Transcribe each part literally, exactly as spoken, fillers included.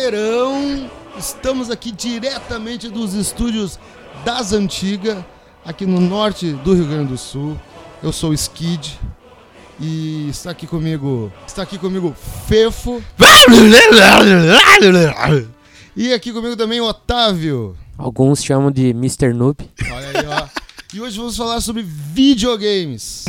verão. Estamos aqui diretamente dos estúdios das Antigas, aqui no norte do Rio Grande do Sul. Eu sou o Skid e está aqui comigo, está aqui comigo Fefo. E aqui comigo também o Otávio. Alguns chamam de mister Noob. Olha aí, ó. E hoje vamos falar sobre videogames.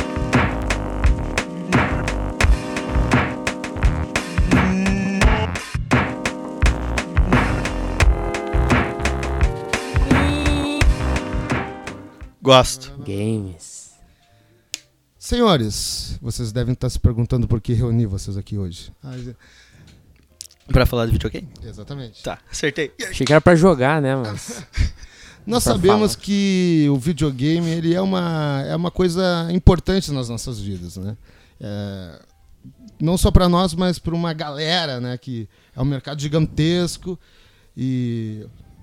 Gosto. Games. Senhores, vocês devem estar se perguntando por que reuni vocês aqui hoje. Ah, Pra falar de videogame? exatamente. Tá, acertei. Achei que era pra jogar, né, mas... Nós pra sabemos falar. que o videogame ele é, uma, é uma coisa importante nas nossas vidas, né? É, não só para nós, mas para uma galera, né? Que é um mercado gigantesco e...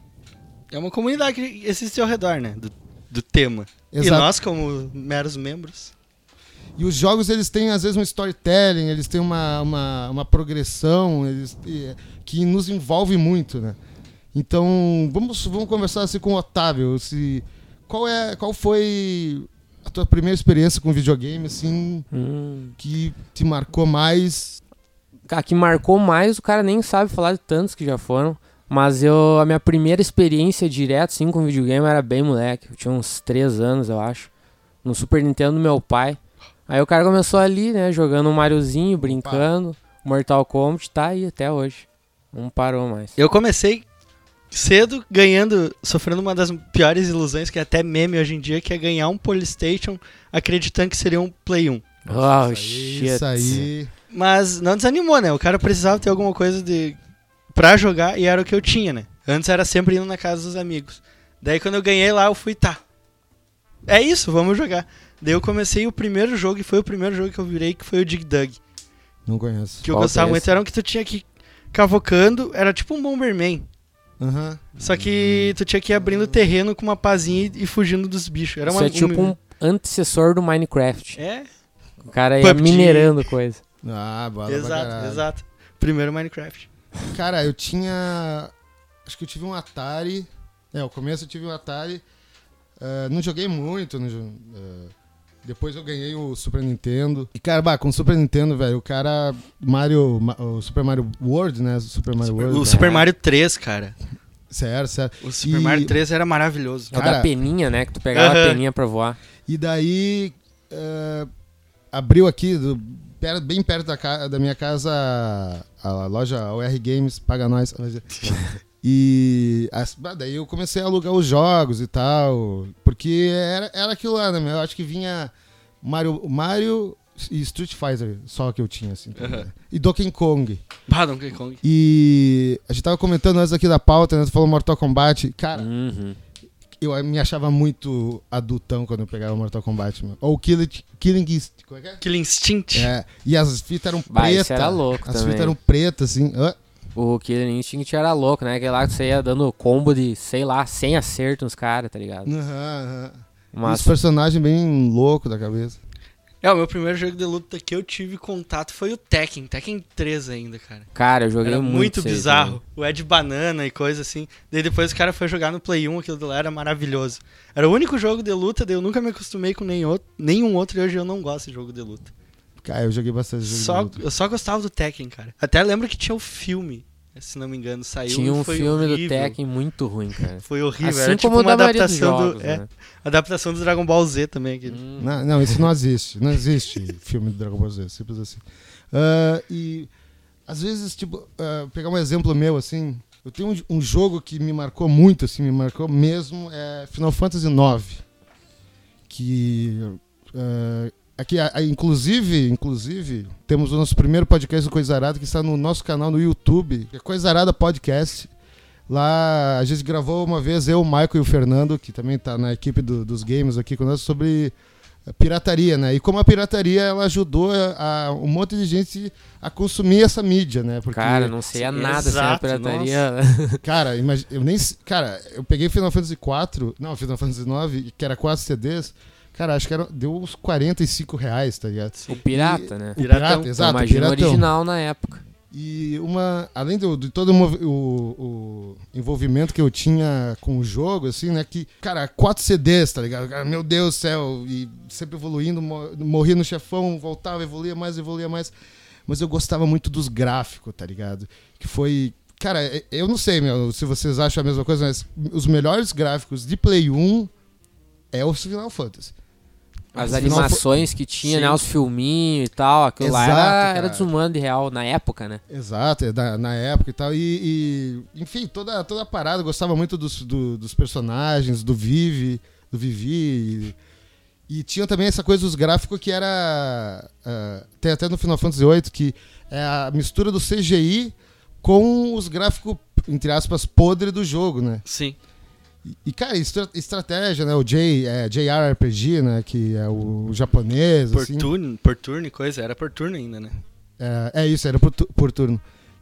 É uma comunidade que existe ao redor, né? Do, do tema. Exato. E nós, como meros membros... E os jogos, eles têm, às vezes, um storytelling, eles têm uma, uma, uma progressão eles, que nos envolve muito, né? Então, vamos, vamos conversar assim com o Otávio. Se, qual, é, qual foi a tua primeira experiência com videogame, assim, Hum. que te marcou mais? A que marcou mais, o cara nem sabe falar de tantos que já foram. Mas eu, a minha primeira experiência direta, assim, com videogame era bem moleque. Eu tinha uns três anos, eu acho. No Super Nintendo do meu pai. Aí o cara começou ali, né, jogando um Mariozinho, brincando. Mortal Kombat, tá aí até hoje. Não parou mais. Eu comecei cedo ganhando, sofrendo uma das piores ilusões, que é até meme hoje em dia, que é ganhar um Polystation acreditando que seria um Play um. Oh, isso shit. aí, isso aí. Mas não desanimou, né? O cara precisava ter alguma coisa de pra jogar e era o que eu tinha, né? Antes era sempre indo na casa dos amigos. Daí quando eu ganhei lá, eu fui, tá. É isso, vamos jogar. Daí eu comecei o primeiro jogo, e foi o primeiro jogo que eu virei, que foi o Dig Dug. Não conheço. Que eu Qual gostava que é muito, esse? era um que tu tinha que ir cavocando, era tipo um Bomberman. Uhum. Só que tu tinha que ir abrindo terreno com uma pazinha e, e fugindo dos bichos. Era Isso uma, é tipo um antecessor do Minecraft. É, O cara ia P U B G. minerando coisa. Ah, bola pra exato, caralho. exato. Primeiro Minecraft. Cara, eu tinha... Acho que eu tive um Atari. É, no começo eu tive um Atari. Uh, não joguei muito. Não, jo- uh, depois eu ganhei o Super Nintendo. E, cara, bah, com o Super Nintendo, velho, o cara... Mario... Ma- o Super Mario World, né? O Super Mario World. O né? Super Mario três, cara. Certo, certo. O Super E- Mario três era maravilhoso. É o Cara- da peninha, né? Que tu pegava Aham. a peninha pra voar. E daí... uh, abriu aqui, do- per- bem perto da, ca- da minha casa, a loja O R Games, paga nós. E as- bah, daí eu comecei a alugar os jogos e tal, porque era, era aquilo lá, né? Eu acho que vinha Mario, Mario e Street Fighter, só que eu tinha, assim. tá ligado? Uhum. E Donkey Kong. Bah, Donkey Kong. E a gente tava comentando antes aqui da pauta, né? Tu falou Mortal Kombat. Cara, Uhum. eu me achava muito adultão quando eu pegava Mortal Kombat, mano. Ou Killing, Killing Instinct. Como é que é? Killing Instinct. É, e as fitas eram Bah, pretas. isso era louco As também. fitas eram pretas, assim. Ah, O Killer Instinct era louco, né? Aquele lá que você ia dando combo de, sei lá, sem acerto nos caras, tá ligado? aham, aham. Mas Esse personagem bem louco da cabeça. É, o meu primeiro jogo de luta que eu tive contato foi o Tekken. Tekken três ainda, cara. cara, eu joguei Era muito muito isso aí bizarro. O Ed Banana e coisa assim. Daí depois o cara foi jogar no Play um, aquilo lá era maravilhoso. Era o único jogo de luta, daí eu nunca me acostumei com nenhum outro, nenhum outro e hoje eu não gosto de jogo de luta. Cara, eu joguei bastante jogo Só, de luta. eu só gostava do Tekken, cara. Até lembro que tinha o filme, se não me engano, saiu Tinha um e foi filme horrível. do Tekken muito ruim, cara. Foi horrível, Assim era tipo como o uma da maioria dos adaptação jogos, do, é, né? adaptação do Dragon Ball Z também. Aquele. Hum. Não, não, isso não existe. Não existe filme do Dragon Ball Z, simples assim. Ah, e às vezes, tipo, ah, pegar um exemplo meu, assim, eu tenho um, um jogo que me marcou muito, assim, me marcou mesmo, é Final Fantasy nove. Que ah, aqui, a- a- inclusive, inclusive, temos o nosso primeiro podcast do Coisa Arada, que está no nosso canal no YouTube, que é Coisa Arada Podcast. Lá a gente gravou uma vez, eu, o Michael e o Fernando, que também tá na equipe do- dos games aqui conosco, sobre a pirataria, né? E como a pirataria ela ajudou a, a um monte de gente a consumir essa mídia, né? Porque, Cara, não sei a nada sem a Exato, pirataria. cara, imagi- eu nem, s- cara, eu peguei Final Fantasy quatro, não, Final Fantasy nove, que era quatro C Ds. Cara, acho que era, deu uns quarenta e cinco reais, tá ligado? O pirata, né? O Piratão. pirata, exato, o Imagina o piratão. original na época. E uma, além do, de todo o, movi- o- o envolvimento que eu tinha com o jogo, assim, né? Que, cara, quatro C Ds, tá ligado? Cara, meu Deus do céu, e sempre evoluindo, mo- morria no chefão, voltava, evoluía mais, evoluía mais. Mas eu gostava muito dos gráficos, tá ligado? Que foi... Cara, eu não sei, meu, se vocês acham a mesma coisa, mas os melhores gráficos de Play um é o Final Fantasy. As O Final animações que tinha, Sim. né? Os filminhos e tal. Aquilo lá Exato, era, cara. era desumano de real, na época, né? Exato, é da- na época e tal. E, e, enfim, toda, toda a parada, eu gostava muito dos, do- dos personagens, do Vivi, do Vivi. E, e tinha também essa coisa dos gráficos que era. ah, tem até no Final Fantasy oito, que é a mistura do C G I com os gráficos, entre aspas, podre do jogo, né? Sim. E, e, cara, estra- estratégia, né? O J, é, J R R P G, né? Que é o japonês, Por assim. turno, por turno e coisa. Era por turno ainda, né? É, é isso, era por, tu- por turno.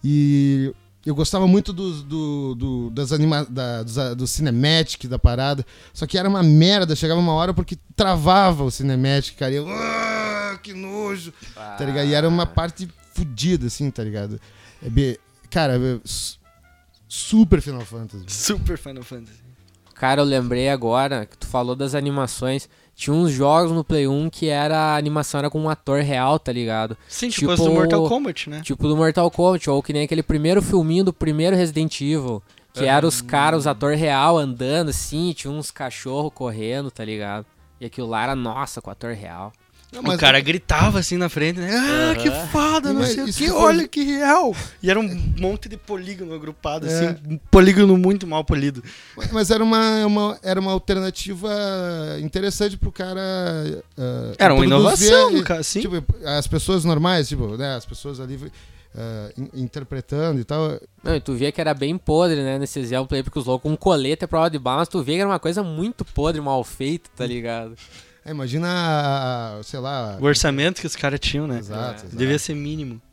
E eu gostava muito dos, do, do, das anima da, dos, a- do cinematic da parada. Só que era uma merda, chegava uma hora porque travava o cinematic, cara. E eu, "Ah, que nojo, tá ligado? E era uma parte fodida, assim, tá ligado? É, be- cara, é, su- super Final Fantasy. Super Final Fantasy. Cara, eu lembrei agora que tu falou das animações. Tinha uns jogos no Play um que era, a animação era com um ator real, tá ligado? Sim, tipo, Tipo- as do Mortal Kombat, né? Tipo do Mortal Kombat, ou que nem aquele primeiro filminho do primeiro Resident Evil. Que era os caras, os ator real andando assim, tinha uns cachorros correndo, tá ligado? E aquilo lá era, nossa, com ator real. Não, O cara gritava assim na frente, né? Ah, que foda, não Mas sei o isso que, que foi- olha que real. E era um monte de polígono agrupado, É. assim, um polígono muito mal polido. Mas era uma, uma, era uma alternativa interessante pro cara. ah, Era uma introduzir, inovação, eh, no caso, sim. Tipo, as pessoas normais, tipo, né? As pessoas ali ah, in- interpretando e tal. Não, e tu via que era bem podre, né, nesse exemplo aí, porque os loucos com colete é prova de bala, mas tu via que era uma coisa muito podre, mal feita, tá ligado? É, imagina, a- a- sei lá. O orçamento que os caras tinham, né? Exato, É. exato. Devia ser mínimo.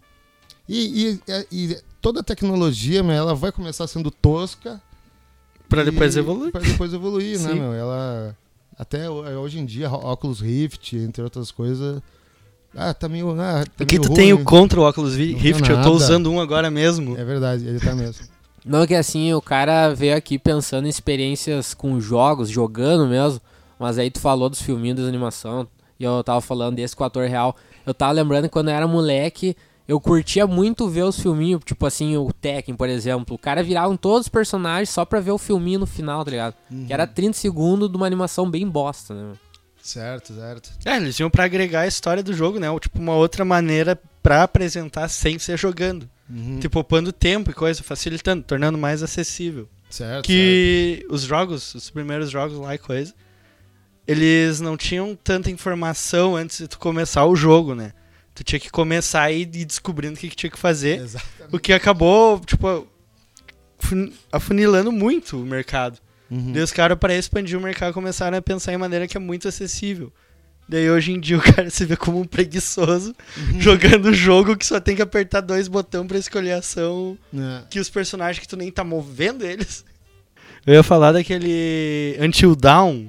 E, e- e toda a tecnologia, meu, ela vai começar sendo tosca. Pra e- depois evoluir. Pra depois evoluir, né, Sim. meu? Ela. Até ho- hoje em dia, óculos Rift, entre outras coisas. Ah, tá meio. Ah, tá O que meio tu tem ruim. o contra o Oculus Vi- Não Rift? tem Eu tô nada. usando um agora mesmo. É verdade, ele tá mesmo. Não, que assim, o cara veio aqui pensando em experiências com jogos, jogando mesmo, mas aí tu falou dos filminhos, das animação, e eu tava falando desse com o ator real. Eu tava lembrando que quando eu era moleque, eu curtia muito ver os filminhos, tipo assim, o Tekken, por exemplo. O cara virava todos os personagens só pra ver o filminho no final, tá ligado? Que era trinta segundos de uma animação bem bosta, né? Certo, certo. É, eles iam pra agregar a história do jogo, né? Ou, tipo, uma outra maneira pra apresentar sem ser jogando. Uhum. Tipo, poupando tempo e coisa, facilitando, tornando mais acessível. Certo. Que os jogos, os primeiros jogos lá e coisa, eles não tinham tanta informação antes de tu começar o jogo, né? Tu tinha que começar e ir descobrindo o que, que tinha que fazer. Exatamente. O que acabou, tipo, fun- afunilando muito o mercado. Uhum. Daí os caras, para expandir o mercado, começaram a pensar em maneira que é muito acessível. Daí hoje em dia o cara se vê como um preguiçoso jogando o jogo que só tem que apertar dois botões pra escolher a ação, É. que os personagens que tu nem tá movendo eles. Eu ia falar daquele Until Dawn,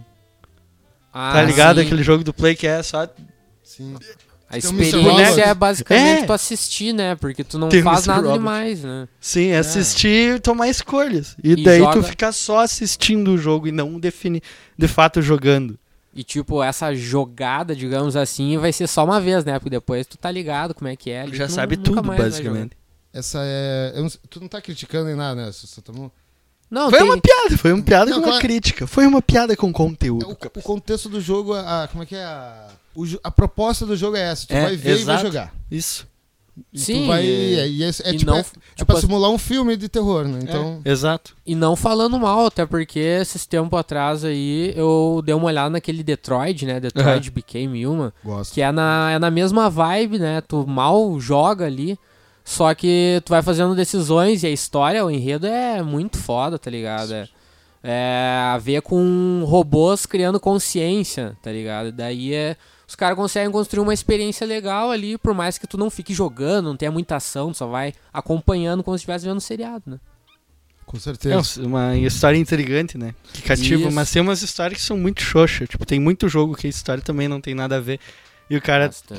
Ah, tá ligado? sim. Aquele jogo do Play que é só... Sim. A Tem o mister experiência Robot. é basicamente É. tu assistir, né? Porque tu não Tem o faz mister nada Robot. demais, né? Sim, é assistir e tomar escolhas. E, E daí joga- tu fica só assistindo o jogo e não defini de fato jogando. E tipo, essa jogada, digamos assim, vai ser só uma vez, né? Porque depois tu tá ligado como é que é. ali, Já tu sabe nunca tudo, mais vai basicamente. Essa é. eu não sei- tu não tá criticando nem nada, né? Você só tá no- Não, Foi tem... uma piada, foi uma piada Não, com uma claro. crítica. Foi uma piada com É, conteúdo. o, o contexto do jogo, a, a- como é que é? A, o jo- a proposta do jogo é essa. Tu É, vai ver e vai exato. jogar. Isso. E Sim, Tu vai, e- é, e é, é e tipo, não- é, é tipo pra assim- simular um filme de terror, né? Então. Exato. E não falando mal, até porque esses tempos atrás aí eu dei uma olhada naquele Detroit, né? Detroit Uhum. Became Human. Gosto. Que é na, é na mesma vibe, né? Tu mal joga ali, só que tu vai fazendo decisões e a história, o enredo é muito foda, tá ligado? É, é a ver com robôs criando consciência, tá ligado? Daí é, os caras conseguem construir uma experiência legal ali, por mais que tu não fique jogando, não tenha muita ação, tu só vai acompanhando como se estivesse vendo um seriado, né? Com É certeza. uma história intrigante, né? Que cativa, Isso. mas tem umas histórias que são muito xoxas. Tipo, tem muito jogo que a história também não tem nada a ver. E o cara Bastante.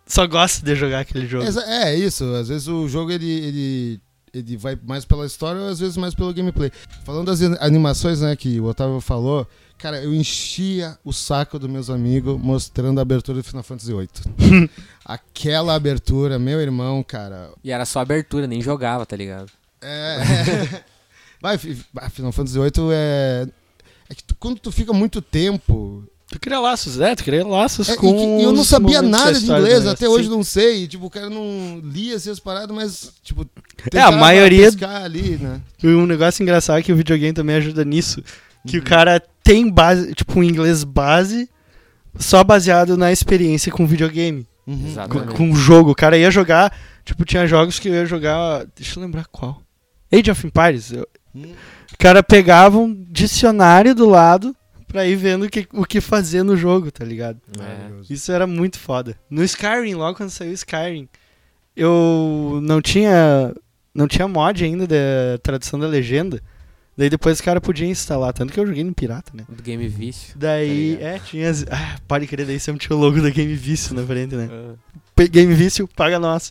só gosta de jogar aquele jogo. É, é isso, às vezes o jogo ele, ele, ele vai mais pela história ou às vezes mais pelo gameplay. Falando das animações, né, que o Otávio falou, cara, eu enchia o saco dos meus amigos mostrando a abertura do Final Fantasy oito. Aquela abertura, meu irmão, cara... E era só abertura, nem jogava, tá ligado? É... Vai, Final Fantasy oito é... É que tu, quando tu fica muito tempo... Tu cria laços, é, tu cria laços é, com... E, e eu não sabia nada de inglês, né? até hoje não sei. Tipo, o cara não lia essas paradas, mas, tipo... É, a maioria... Ali, né? Um negócio engraçado é que o videogame também ajuda nisso. Que uhum. o cara tem base, tipo, um inglês base, só baseado na experiência com videogame. Uhum. Com, com o jogo. O cara ia jogar, tipo, tinha jogos que eu ia jogar... Deixa eu lembrar qual. Age of Empires. Eu, hum. O cara pegava um dicionário do lado pra ir vendo o que, o que fazer no jogo, tá ligado? É. Isso era muito foda. No Skyrim, logo quando saiu o Skyrim, eu não tinha, não tinha mod ainda da tradução da legenda. Daí depois o cara podia instalar, tanto que eu joguei no pirata, né? Do Game Vício. Daí, tá é, tinha... As, ah, pode crer, daí sempre tinha o logo da Game Vício na frente, né? Uh. Game Vício, paga nós.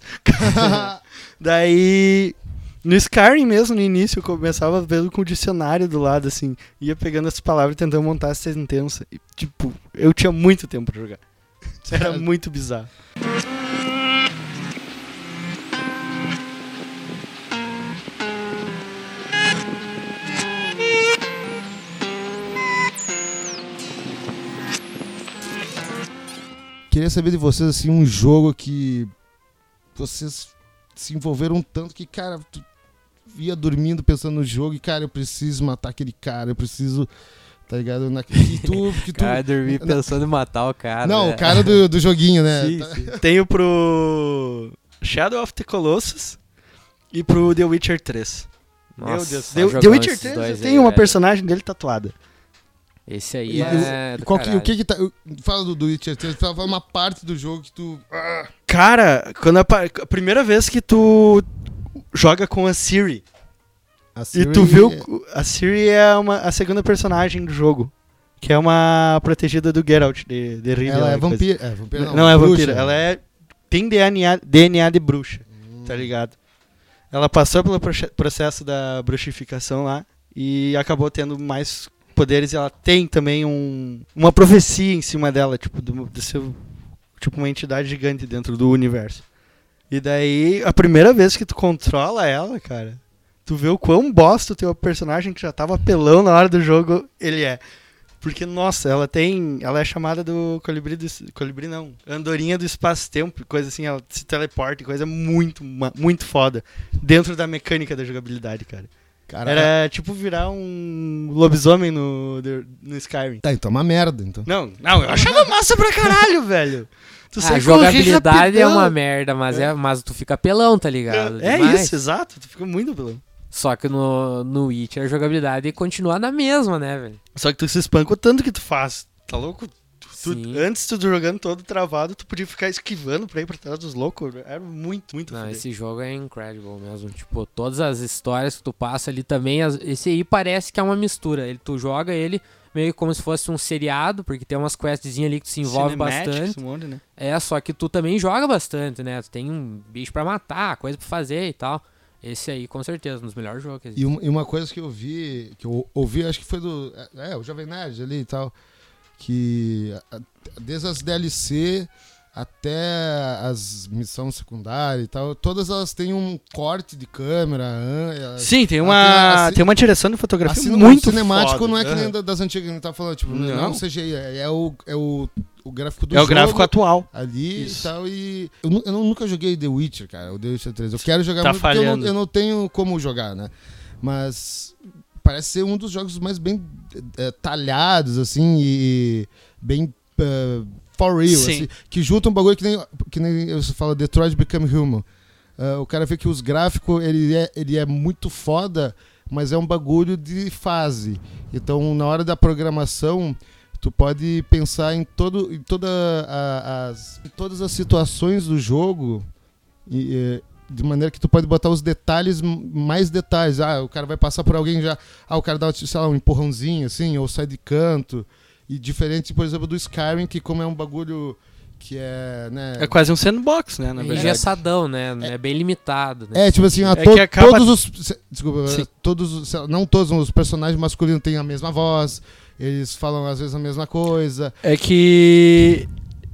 Daí... No Skyrim mesmo, no início, eu começava vendo com o dicionário do lado, assim. Ia pegando as palavras e tentando montar essa sentença. E, tipo, eu tinha muito tempo pra jogar. Era muito bizarro. Queria saber de vocês, assim, um jogo que vocês se envolveram tanto que, cara... Tu... ia dormindo pensando no jogo e, cara, eu preciso matar aquele cara, eu preciso, tá ligado? Na... Que tu, que tu... Cara, dormir pensando em matar o cara. Não, né? o cara do, do joguinho, né? Sim, sim. Tenho pro Shadow of the Colossus e pro The Witcher três. Nossa, meu Deus. The, The Witcher três, eu tenho uma velho. personagem dele tatuada. Esse aí e, é. Qual que, o que que tá. Fala do, do Witcher três, fala uma parte do jogo que tu. Cara, quando a, a primeira vez que tu joga com a Ciri. A Ciri e tu viu. A Ciri é uma, a segunda personagem do jogo. Que é uma protegida do Geralt de, de Rivia. Ela é vampira. É, vampira não, não é bruxa. vampira. Ela é. Tem D N A, D N A de bruxa. Hum. Tá ligado? Ela passou pelo processo da bruxificação lá. E acabou tendo mais poderes. E ela tem também um, uma profecia em cima dela. Tipo, do, do seu, tipo, uma entidade gigante dentro do universo. E daí, a primeira vez que tu controla ela, cara, tu vê o quão bosta o teu personagem que já tava pelão na hora do jogo, ele é. Porque, nossa, ela tem... Ela é chamada do colibri do... Colibri não. Andorinha do espaço-tempo, coisa assim, ela se teleporta, coisa muito, muito foda. Dentro da mecânica da jogabilidade, cara. Caraca. Era tipo virar um lobisomem no, no Skyrim. Tá, então é uma merda, então. Não, não, eu achava massa pra caralho, velho. Tu a jogabilidade é uma merda, mas, é. É, mas tu fica pelão, tá ligado? É, é isso, exato. Tu fica muito pelão. Só que no, no Witcher a jogabilidade continua na mesma, né, velho? Só que tu se espanca o tanto que tu faz. Tá louco? Tu, antes tu jogando todo travado, tu podia ficar esquivando pra ir pra trás dos loucos. Era muito, muito Não, foda. Esse jogo é incredible mesmo. Tipo, todas as histórias que tu passa ali também. As, esse aí parece que é uma mistura. Ele, tu joga ele meio como se fosse um seriado, porque tem umas questzinhas ali que tu se envolve Cinematics, bastante. Um monte, né? É, só que tu também joga bastante, né? Tu tem um bicho pra matar, coisa pra fazer e tal. Esse aí, com certeza, um dos melhores jogos que existe. E uma, e uma coisa que eu vi, que eu ouvi, acho que foi do... É, o Jovem Nerd ali e tal, que desde as D L C até as missões secundárias e tal, todas elas têm um corte de câmera. Elas, Sim, tem uma, tem, tem uma direção de fotografia assim, muito o cinemático foda. Não é que nem uhum. das antigas que a gente tá falando, tipo, não, não é C G I, é, é, o, é o, o gráfico do é jogo. É o gráfico atual. Ali Isso. e tal, e... Eu, eu nunca joguei The Witcher, cara, o The Witcher três. Eu quero jogar tá muito porque eu não, falhando. eu não tenho como jogar, né? Mas parece ser um dos jogos mais bem é, talhados, assim, e bem uh, for real, assim, que junta um bagulho que nem, que nem você fala, Detroit Become Human. Uh, o cara vê que os gráficos, ele é, ele é muito foda, mas é um bagulho de fase. Então, na hora da programação, tu pode pensar em, todo, em, toda a, as, em todas as situações do jogo e, e, de maneira que tu pode botar os detalhes, mais detalhes. Ah, o cara vai passar por alguém já... Ah, o cara dá, sei lá, um empurrãozinho, assim, ou sai de canto. E diferente, por exemplo, do Skyrim, que como é um bagulho que é, né... É quase um sandbox, né, na É verdade. engessadão, né? É, é bem limitado. Né? É, tipo assim, ó, É to- que acaba- todos os... Desculpa, Sim. todos os... Não todos os personagens masculinos têm a mesma voz, eles falam às vezes a mesma coisa. É que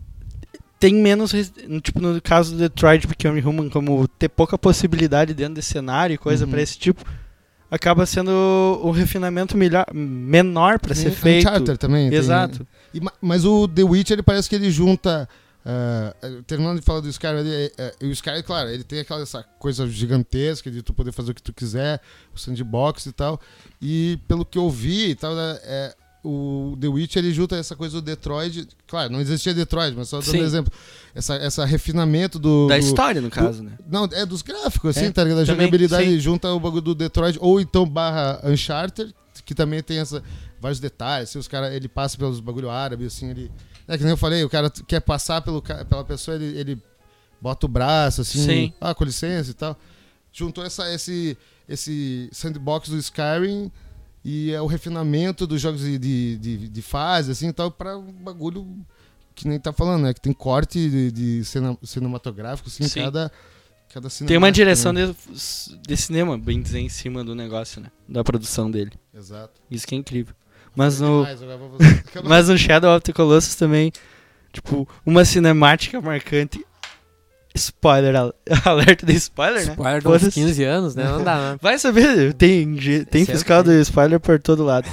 tem menos, res- tipo no caso do Detroit Become Human, como ter pouca possibilidade dentro desse cenário e coisa Uhum. pra esse tipo, acaba sendo o refinamento melhor, menor pra ser Tem feito. Uncharted também. tem- Exato. E ma- mas o The Witcher, ele parece que ele junta... ah, terminando de falar do Skyrim, ele, é, é, o Skyrim, claro, ele tem aquela essa coisa gigantesca de tu poder fazer o que tu quiser, o sandbox e tal. E pelo que eu vi e tal, né, é, o The Witcher, ele junta essa coisa do Detroit. Claro, não existia Detroit, mas só dando Sim. exemplo. Essa, essa refinamento do... Da do- história, no caso, né? Não, é dos gráficos, assim, É, tá ligado? A também, jogabilidade sim. junta o bagulho do Detroit, ou então barra Uncharted, que também tem essa, vários detalhes. Assim, os cara, ele passa pelos bagulho árabe, assim, ele... É que nem eu falei, o cara t- quer passar pelo, ca- pela pessoa, ele, ele bota o braço, assim, Sim. ah, com licença e tal. Juntou essa, esse, esse sandbox do Skyrim e é o refinamento dos jogos de, de, de, de fase, assim, e tal, pra um bagulho que nem tá falando, né? Que tem corte de, de cena, cinematográfico, assim, Sim. cada, cada Tem uma cinemática, direção né? de, de cinema, bem dizer, em cima do negócio, né? Da produção dele. Exato. Isso que é incrível. Mas no, Demais, agora vou fazer- mas no Shadow of the Colossus também, tipo, uma cinemática marcante. Spoiler, al- alerta de spoiler, né? Spoiler de uns Foda-se. quinze anos, né? Não dá, né? Vai saber, tem, ge- tem Sempre fiscal tem. do spoiler por todo lado.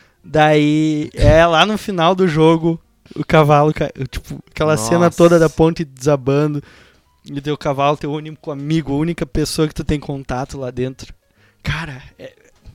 Daí, é lá no final do jogo, o cavalo, ca- tipo, aquela Nossa. cena toda da ponte desabando, e teu cavalo, teu único amigo, a única pessoa que tu tem contato lá dentro. Cara, é-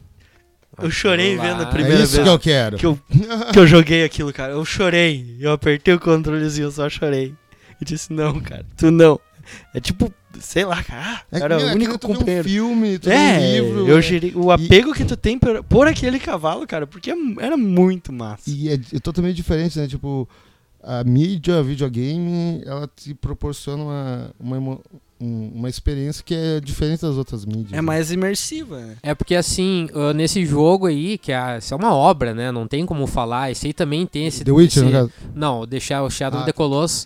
eu chorei Lá. vendo a É primeira isso vez que eu quero. que eu, que eu joguei aquilo, cara. Eu chorei. Eu apertei o controlezinho, eu só chorei. E disse, não, cara, tu não. É tipo, sei lá, cara. É que, Era meu, o é que único nem tu vê companheiro. um filme, tu vê É, um livro. eu é- gerei, o apego que tu tem por, por aquele cavalo, cara, porque é- era muito massa. E é, é totalmente diferente, né? Tipo, a mídia, a videogame, ela te proporciona uma, uma, emo- um- uma experiência que é diferente das outras mídias. É né? mais imersiva, né? É porque assim, ah, nesse jogo aí, que é, isso é uma obra, né? Não tem como falar. Esse aí também tem esse. The Witcher, esse- no caso. Não, deixar o Shadow Ah, of the tá. Colossus,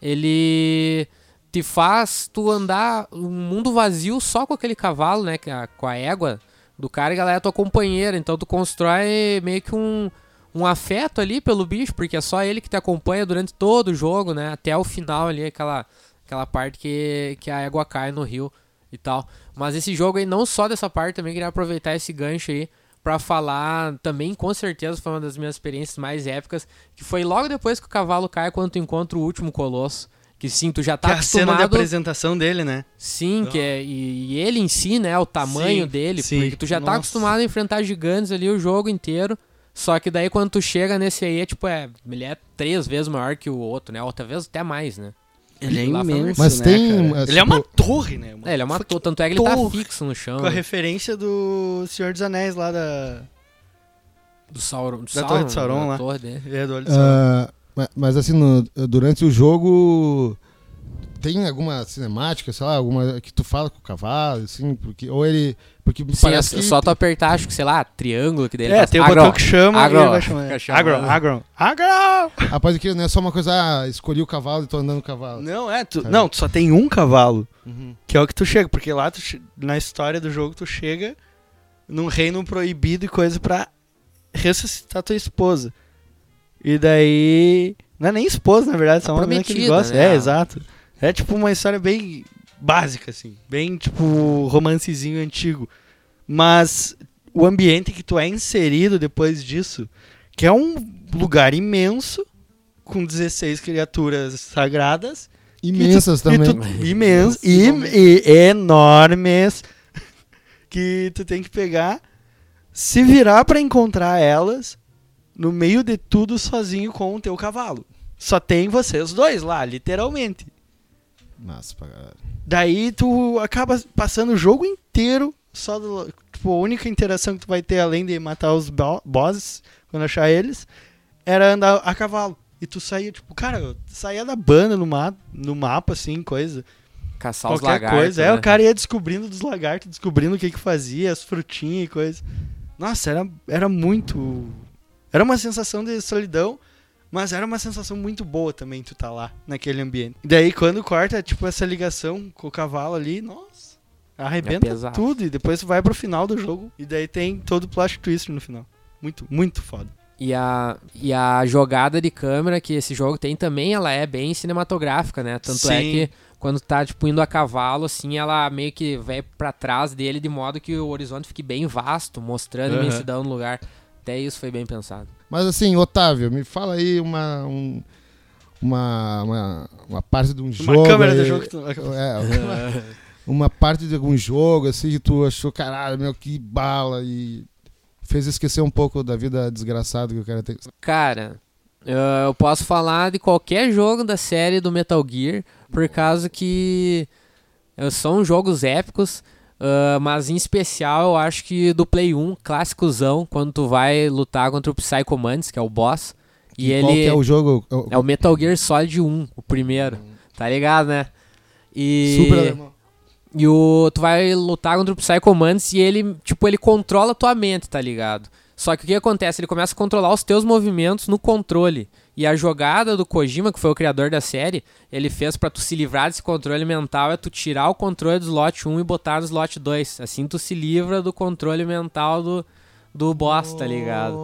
ele te faz tu andar um mundo vazio só com aquele cavalo, né? que a- Com a égua do cara, e ela é a tua companheira. Então tu constrói meio que um, um afeto ali pelo bicho, porque é só ele que te acompanha durante todo o jogo, né? Até o final ali, aquela, aquela parte que, que a égua cai no rio e tal. Mas esse jogo aí, não só dessa parte, também queria aproveitar esse gancho aí pra falar, também com certeza foi uma das minhas experiências mais épicas, que foi logo depois que o cavalo cai, quando tu encontra o último colosso. Que sim, tu já tá que é a cena de acostumado... apresentação dele, né? Sim, que é, e, e ele em si, né, o tamanho Sim, dele, sim. porque tu já tá Nossa. acostumado a enfrentar gigantes ali o jogo inteiro, só que daí quando tu chega nesse aí, é tipo, é, ele é três vezes maior que o outro, né, ou talvez até mais, né. Ele é Lá foi- imenso, Mas né, tem, cara? é, Ele é uma tipo- torre, né? Uma É, ele é uma fucking torre, tanto é que ele tá torre. fixo no chão, Com a né, referência do Senhor dos Anéis lá da... do Sauron, do da Torre de Sauron da lá. torre dele. É, do olho de Sauron. Ah, ma- mas assim, no- durante o jogo tem alguma cinemática, sei lá, alguma que tu fala com o cavalo, assim, porque ou ele, porque me Sim, parece é que só tu apertar, acho que, sei lá, triângulo, que daí ele É, faz tem o agro, botão que chama agro, e ele vai chamando. fica chamando. Agro, agro, agro! ah, pode que não é só uma coisa, ah, escolhi o cavalo e tô andando no cavalo. Não, é, tu, Tá. não, tu só tem um cavalo, Uhum. que é o que tu chega, porque lá tu che- na história do jogo tu chega num reino proibido e coisa pra ressuscitar tua esposa. E daí, não é nem esposa, na verdade, só uma menina que ele prometida, gosta. né? É, exato. É tipo uma história bem básica, assim, bem tipo romancezinho antigo. Mas o ambiente que tu é inserido depois disso, que é um lugar imenso, com dezesseis criaturas sagradas, Imensas e também. tu, imensas e, e enormes, que tu tem que pegar, se virar pra encontrar elas no meio de tudo sozinho com o teu cavalo. Só tem vocês dois lá, literalmente. Nossa, pra caralho. Daí tu acaba passando o jogo inteiro só do, tipo, a única interação que tu vai ter além de matar os bo- bosses quando achar eles era andar a cavalo. E tu saía, tipo, cara, eu saía da banda no, ma no mapa, assim, coisa. Caçar os Qualquer lagartos, coisa. né? É, o cara ia descobrindo dos lagartos, descobrindo o que que fazia, as frutinhas e coisa. Nossa, era, era muito... Era uma sensação de solidão, Mas era uma sensação muito boa também tu tá lá, naquele ambiente. E daí quando corta, tipo, essa ligação com o cavalo ali, nossa, arrebenta É pesado. tudo. E depois tu vai pro final do jogo e daí tem todo o plot twist no final. Muito, muito foda. E a, e a jogada de câmera que esse jogo tem também, ela é bem cinematográfica, né? Tanto é Sim. que quando tá, tipo, indo a cavalo, assim, ela meio que vai pra trás dele de modo que o horizonte fique bem vasto, mostrando a Aham. imensidão no lugar. Até isso foi bem pensado. Mas assim, Otávio, me fala aí uma, um- uma, uma, uma parte de um jogo. Uma câmera aí, do jogo que tu... É, uma, uma parte de algum jogo, assim, que tu achou, caralho, meu, que bala, e fez esquecer um pouco da vida desgraçada que o cara tem. Cara, eu eu posso falar de qualquer jogo da série do Metal Gear, por causa que eh, são jogos épicos, ah, mas em especial eu acho que do Play um, clássicozão, quando tu vai lutar contra o Psycho Mantis, que é o boss, e E qual ele que é o jogo? é o Metal Gear Solid um, o primeiro, tá ligado, né? E... Super alemão. E o, tu vai lutar contra o Psycho Mantis e ele, tipo, ele controla a tua mente, tá ligado? Só que o que acontece? Ele começa a controlar os teus movimentos no controle. E a jogada do Kojima, que foi o criador da série, ele fez pra tu se livrar desse controle mental é tu tirar o controle do slot um e botar no slot dois. Assim tu se livra do controle mental do, do boss, tá ligado?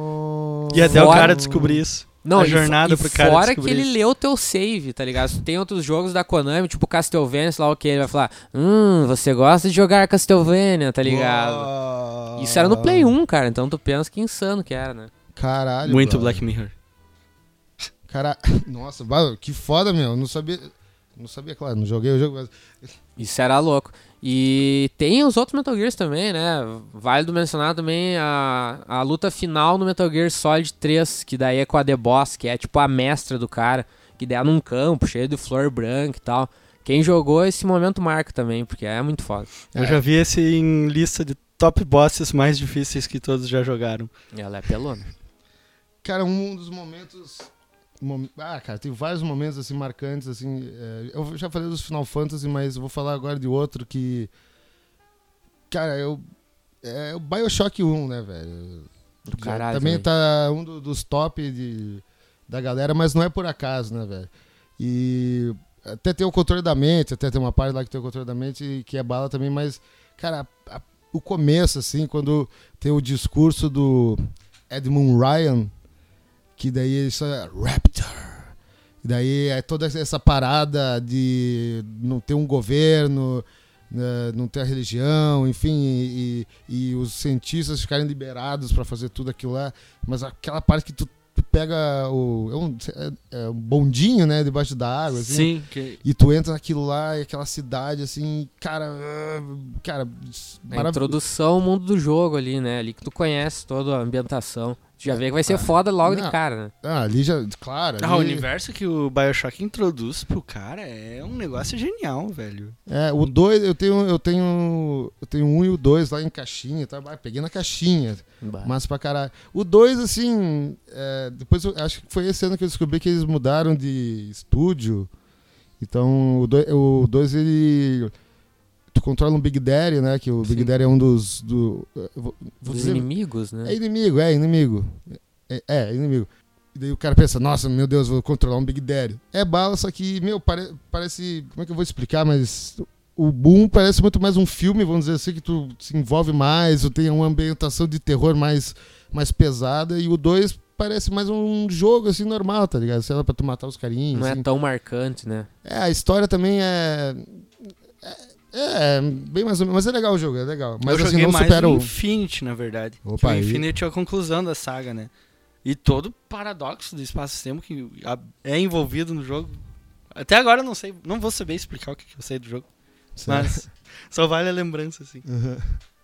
E até Fora- o cara descobrir isso. Não, a e fo- jornada e pro cara fora que descobrir ele isso. leu o teu save, tá ligado? Se tem outros jogos da Konami, tipo Castlevania, sei lá o que, ele vai falar, hum, você gosta de jogar Castlevania, tá ligado? Uau. Isso era no Play um, cara, então tu pensa que insano que era, né? Caralho. Muito brother. Black Mirror. Cara... Nossa, bah, que foda, meu. Não sabia. Não sabia, claro, não joguei o jogo, mas. Isso era louco. E tem os outros Metal Gears também, né? Válido mencionar também a, a luta final no Metal Gear Solid três, que daí é com a The Boss, que é tipo a mestra do cara, que daí é num campo cheio de flor branca e tal. Quem jogou esse momento marca também, porque é muito foda. Eu já vi esse em lista de top bosses mais difíceis que todos já jogaram. E ela é pelona. Cara, um dos momentos. mom- Ah, cara, tem vários momentos assim marcantes, assim. é, Eu já falei dos Final Fantasy, mas eu vou falar agora de outro que. Cara, eu. É o BioShock um, né, velho? Do Já caralho Também também. tá um do- dos top de, da galera, mas não é por acaso, né, velho? E até tem o controle da mente, até tem uma parte lá que tem o controle da mente que é bala também, mas, cara, a- a- o começo, assim, quando tem o discurso do Edmund Ryan, que daí isso é Raptor. E daí é toda essa parada de não ter um governo, né, não ter a religião, enfim, e, e- e os cientistas ficarem liberados para fazer tudo aquilo lá. Mas aquela parte que tu, tu pega o. É um, é- é um bondinho, né, debaixo da água, assim. Sim. Que... E tu entra naquilo lá, e aquela cidade, assim, cara. ah, Cara, A marav- introdução ao mundo do jogo ali, né? Ali que tu conhece toda a ambientação. Tu já vê que vai ser Ah, foda logo não. de cara, né? Ah, ali já. Claro. Ah, o ali- universo que o BioShock introduz pro cara é um negócio genial, velho. É, o dois eu tenho, eu tenho. Eu tenho um e o dois lá em caixinha, tá? Ah, peguei na caixinha. Bah. Massa pra caralho. O dois assim. é, depois eu acho que foi esse ano que eu descobri que eles mudaram de estúdio. Então, o dois ele. Tu controla um Big Daddy, né? Que o Big Sim. Daddy é um dos. Do, eu vou, vou Dos dizer- inimigos, né? É inimigo, é inimigo. É, é, inimigo. E daí o cara pensa, nossa, meu Deus, vou controlar um Big Daddy. É bala, só que, meu, pare, parece. Como é que eu vou explicar? Mas o Boom parece muito mais um filme, vamos dizer assim, que tu se envolve mais, tu tem uma ambientação de terror mais, mais pesada. E o dois parece mais um jogo, assim, normal, tá ligado? Sei lá, pra tu matar os carinhos. Não assim. é tão marcante, né? É, a história também é. É, é bem mais ou menos. Mas é legal o jogo, é legal. Mas eu assim, joguei não mais supera o o. Infinity, na verdade. Opa, que o aí- Infinity é a conclusão da saga, né? E todo o paradoxo do espaço-tempo que a- é envolvido no jogo. Até agora eu não sei, não vou saber explicar o que, que eu sei do jogo. Mas só vale a lembrança, assim. Uhum.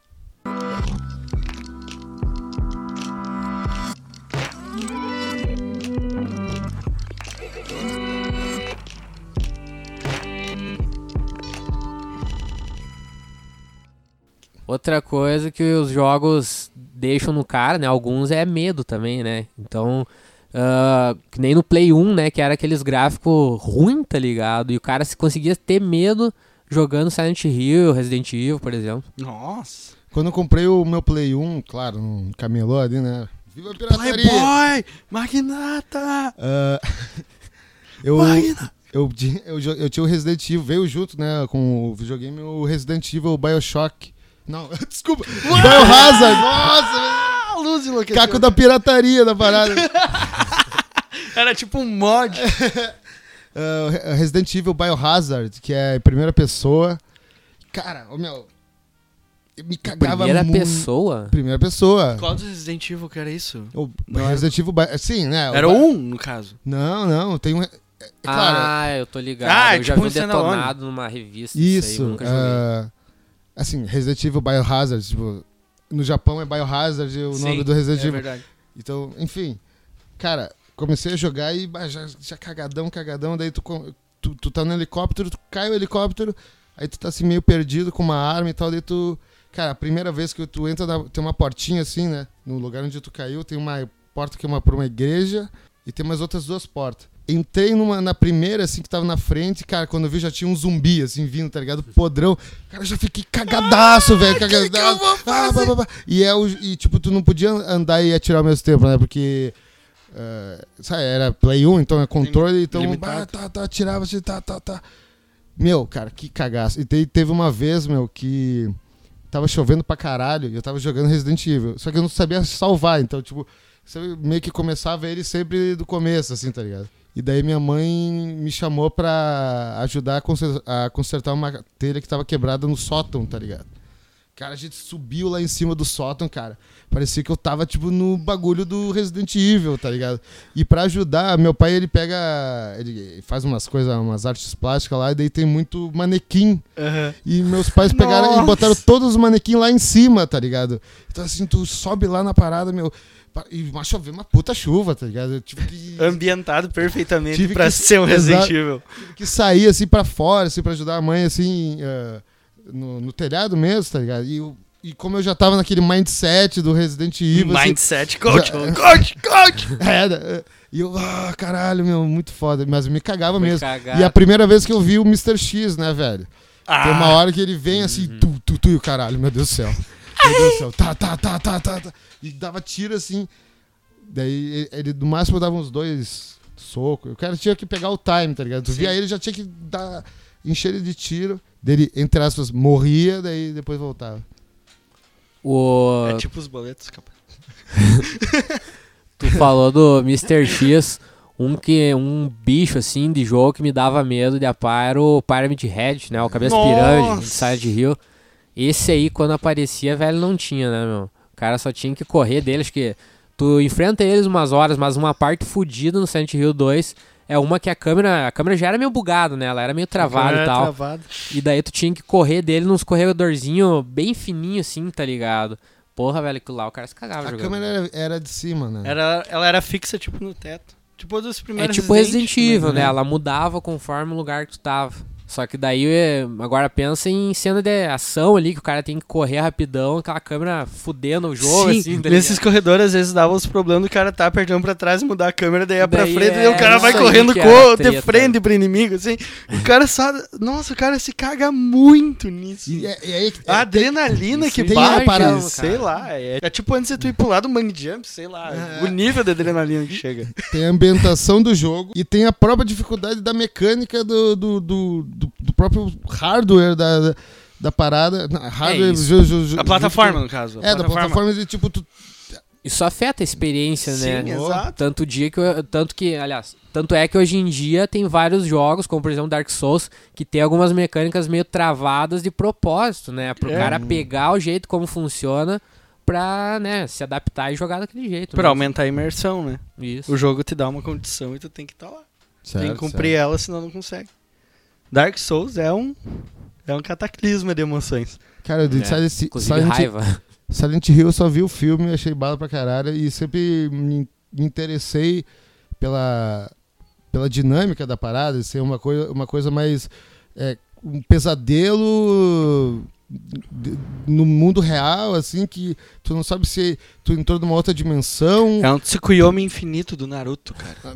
Outra coisa que os jogos deixam no cara, né? Alguns é medo também, né? Então, ah, que nem no Play um, né? Que era aqueles gráficos ruins, tá ligado? E o cara se conseguia ter medo jogando Silent Hill, Resident Evil, por exemplo. Nossa. Quando eu comprei o meu Play um, claro, um camelô ali, né? Viva a pirataria! Playboy! Magnata! Uh, eu, Magna! eu, eu, eu, eu tinha o Resident Evil, veio junto, né, com o videogame, o Resident Evil Bioshock. Não, desculpa, Biohazard! Nossa, Ah, luz enlouqueceu. caco da pirataria da parada. Era tipo um mod. uh, Resident Evil Biohazard, que é em primeira pessoa. Cara, ô meu, eu me cagava Primeira muito. pessoa? Primeira pessoa. Qual dos Resident Evil que era isso? O Não Resident Evil, Bi- sim, né? Era o Bi- um, no caso. Não, não, tem um... É, é claro, Ah, eu tô ligado. Ah, eu já tipo vi um standalone. detonado numa revista. Isso, aí, isso. nunca joguei. uh, assim, Resident Evil Biohazard, tipo, no Japão é Biohazard o Sim, nome do Resident é Evil. verdade. Então, enfim, cara, comecei a jogar e bah, já, já cagadão, cagadão, daí tu, com- tu, tu tá no helicóptero, tu cai o helicóptero, aí tu tá assim meio perdido com uma arma e tal, daí tu... Cara, a primeira vez que tu entra, na- tem uma portinha assim, né? No lugar onde tu caiu, tem uma porta que é uma, pra uma igreja e tem mais outras duas portas. Entrei numa, na primeira, assim, que tava na frente, cara, quando eu vi já tinha um zumbi, assim, vindo, tá ligado? Podrão. Cara, eu já fiquei cagadaço, velho, cagadaço. que eu vou Ah, bah, bah, bah. E, é o, e, tipo, tu não podia andar e atirar ao mesmo tempo, né? Porque... Uh, sabe, era Play um, então é controle, então limitado. bah, tá, tá, atirava, assim, tá, tá, tá. Meu, cara, que cagaço. E te- teve uma vez, meu, que tava chovendo pra caralho e eu tava jogando Resident Evil. Só que eu não sabia salvar, então, tipo, você meio que começava ele sempre do começo, assim, tá ligado? E daí minha mãe me chamou pra ajudar a conser- a consertar uma telha que tava quebrada no sótão, tá ligado? Cara, a gente subiu lá em cima do sótão, cara. Parecia que eu tava, tipo, no bagulho do Resident Evil, tá ligado? E pra ajudar, meu pai, ele pega... Ele faz umas coisas, umas artes plásticas lá, e daí tem muito manequim. Aham. E meus pais pegaram Nossa! e botaram todos os manequins lá em cima, tá ligado? Então, assim, tu sobe lá na parada, meu... E uma chover, uma puta chuva, tá ligado? Eu tive que... Ambientado perfeitamente Tive pra que- ser um Resident Exato. Evil. tive que sair assim pra fora, assim, pra ajudar a mãe, assim, eh, no, no telhado mesmo, tá ligado? E, eu- e como eu já tava naquele mindset do Resident Evil, assim, Mindset coach, já- coach, coach. é, eh, e eu, ah, caralho, meu, muito foda, mas eu me cagava Foi mesmo. cagado. E a primeira vez que eu vi o mister X, né, velho? Ah, Tem uma hora que ele vem assim, tu, tu, tu, e o caralho, meu Deus do céu. Meu Deus do céu, tá, tá, tá, tá, tá, tá. E dava tiro assim. Daí ele, no máximo, dava uns dois socos. O cara tinha que pegar o time, tá ligado? Tu Sim. via ele, já tinha que dar, encher ele de tiro. Dele, entre aspas, morria, daí depois voltava. O... É tipo os boletos, capaz. Tu falou do mister X, um, que, um bicho assim de jogo que me dava medo de apar era o Pyramid Head, né? O cabeça Nossa! pirâmide de Silent Hill. Esse aí, quando aparecia, velho, não tinha, né, meu? O cara só tinha que correr dele. Acho que tu enfrenta eles umas horas, mas uma parte fodida no Silent Hill dois é uma que a câmera, a câmera já era meio bugada, né? Ela era meio travada É, e tal. travado. E daí tu tinha que correr dele nos corredorzinhos bem fininho assim, tá ligado? Porra, velho, aquilo lá o cara se cagava A jogando. câmera era, era de cima, né? Era, ela era fixa, tipo, no teto. Tipo dos É primeiros tipo Resident Evil, né? né? Ela mudava conforme o lugar que tu tava. Só que daí, é, agora pensa em cena de ação ali, que o cara tem que correr rapidão, aquela câmera fudendo o jogo, Sim, assim, tá nesses ligado? corredores às vezes dava os problemas do cara tá apertando pra trás e mudar a câmera, daí é pra Daí frente, é e o cara vai isso aí correndo que com, era a de treta. frente pro inimigo, assim. O cara só... Nossa, o cara se caga muito nisso. E, é- e aí, A adrenalina isso que tem bate, a parada, sei cara. lá. É, é tipo antes de tu ir pular do bang jump, sei lá. É. O nível de adrenalina que chega. tem a ambientação do jogo e tem a própria dificuldade da mecânica do, do, do, do- do próprio hardware da, da, da parada. Não, hardware, isso. ju- ju- ju- A plataforma, junto no caso. com- É, da plataforma de tipo, tu, Isso afeta a experiência, né? Sim, exato. Tanto dia que eu- tanto que, aliás, tanto é que hoje em dia tem vários jogos, como por exemplo Dark Souls, que tem algumas mecânicas meio travadas de propósito, né? Pro É. cara pegar o jeito como funciona pra, né, se adaptar e jogar daquele jeito. Pra né? aumentar a imersão, né? Isso. O jogo te dá uma condição e tu tem que estar lá. certo, tem que cumprir ela, senão não consegue. Dark Souls é um... É um cataclisma de emoções. certo. Cara, de É, Silent, Inclusive Silent, raiva. Silent Hill eu só vi o filme, achei bala pra caralho e sempre me, me interessei pela, pela dinâmica da parada, ser uma coisa, uma coisa mais é, um pesadelo de- no mundo real, assim, que tu não sabe se tu entrou numa outra dimensão. É um Tsukuyomi infinito do Naruto, cara.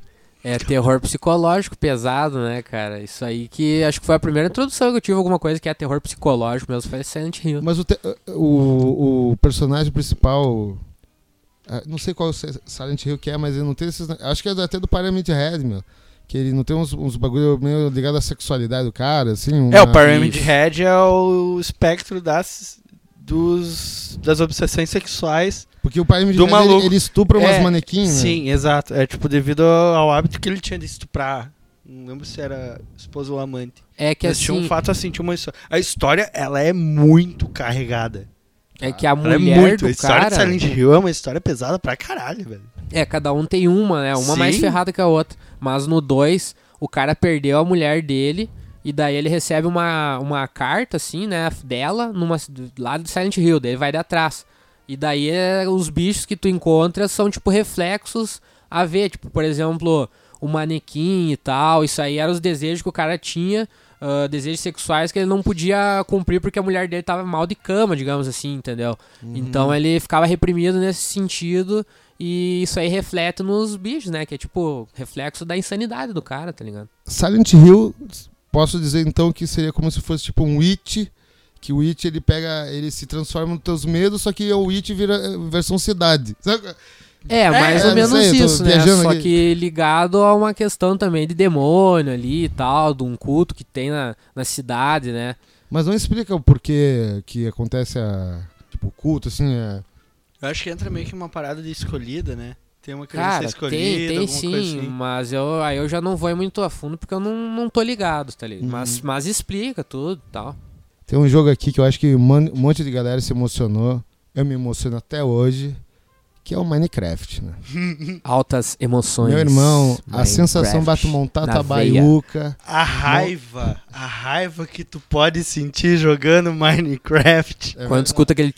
É terror psicológico pesado, né, cara? Isso aí que acho que foi a primeira introdução que eu tive alguma coisa que é terror psicológico mesmo, foi Silent Hill. Mas o, te- o, o personagem principal ah, não sei qual Silent Hill que é, mas ele não tem esses... Acho que é até do Pyramid Head, meu. Que ele não tem uns, uns bagulho meio ligado à sexualidade do cara, assim. Uma... É, o Pyramid Head é o espectro das, dos, das obsessões sexuais. Porque o Pyramid do Head, maluco. Ele, ele estupra umas É, manequins, né? Sim, exato. É tipo devido ao hábito que ele tinha de estuprar. Não lembro se era esposa ou amante. É que Mas assim... tinha um fato assim, tinha uma história. A história, ela é muito carregada. É que a Ela mulher é muito. do A história cara... de Silent Hill é uma história pesada pra caralho, velho. É, cada um tem uma, né? Uma Sim. mais ferrada que a outra. Mas no dois, o cara perdeu a mulher dele. E daí ele recebe uma, uma carta, assim, né? Dela, numa, lá de Silent Hill. Daí ele vai de atrás. E daí é, os bichos que tu encontra são, tipo, reflexos a ver. Tipo, por exemplo, o manequim e tal. Isso aí eram os desejos que o cara tinha. Uh, desejos sexuais que ele não podia cumprir porque a mulher dele tava mal de cama, digamos assim, entendeu? Uhum. Então ele ficava reprimido nesse sentido e isso aí reflete nos bichos, né? Que é tipo reflexo da insanidade do cara, tá ligado? Silent Hill, posso dizer então que seria como se fosse tipo um It, que o It ele pega, ele se transforma nos teus medos, só que o It vira versão cidade. Sabe? É, mais é, ou menos sei, isso, né? Só aqui. que ligado a uma questão também de demônio ali e tal, de um culto que tem na, na cidade, né? Mas não explica o porquê que acontece a, tipo, o culto, assim, é... Eu acho que entra meio que uma parada de escolhida, né? Tem uma criança Cara, escolhida, tem, tem alguma sim, coisa assim. mas eu, aí eu já não vou muito a fundo porque eu não, não tô ligado, tá ligado? Uhum. Mas, mas explica tudo e tal. Tem um jogo aqui que eu acho que um monte de galera se emocionou, eu me emociono até hoje, que é o Minecraft, né? Altas emoções. Meu irmão, a Minecraft sensação bate montar na tua veia. baiuca. A raiva, a raiva que tu pode sentir jogando Minecraft. É Quando escuta aquele...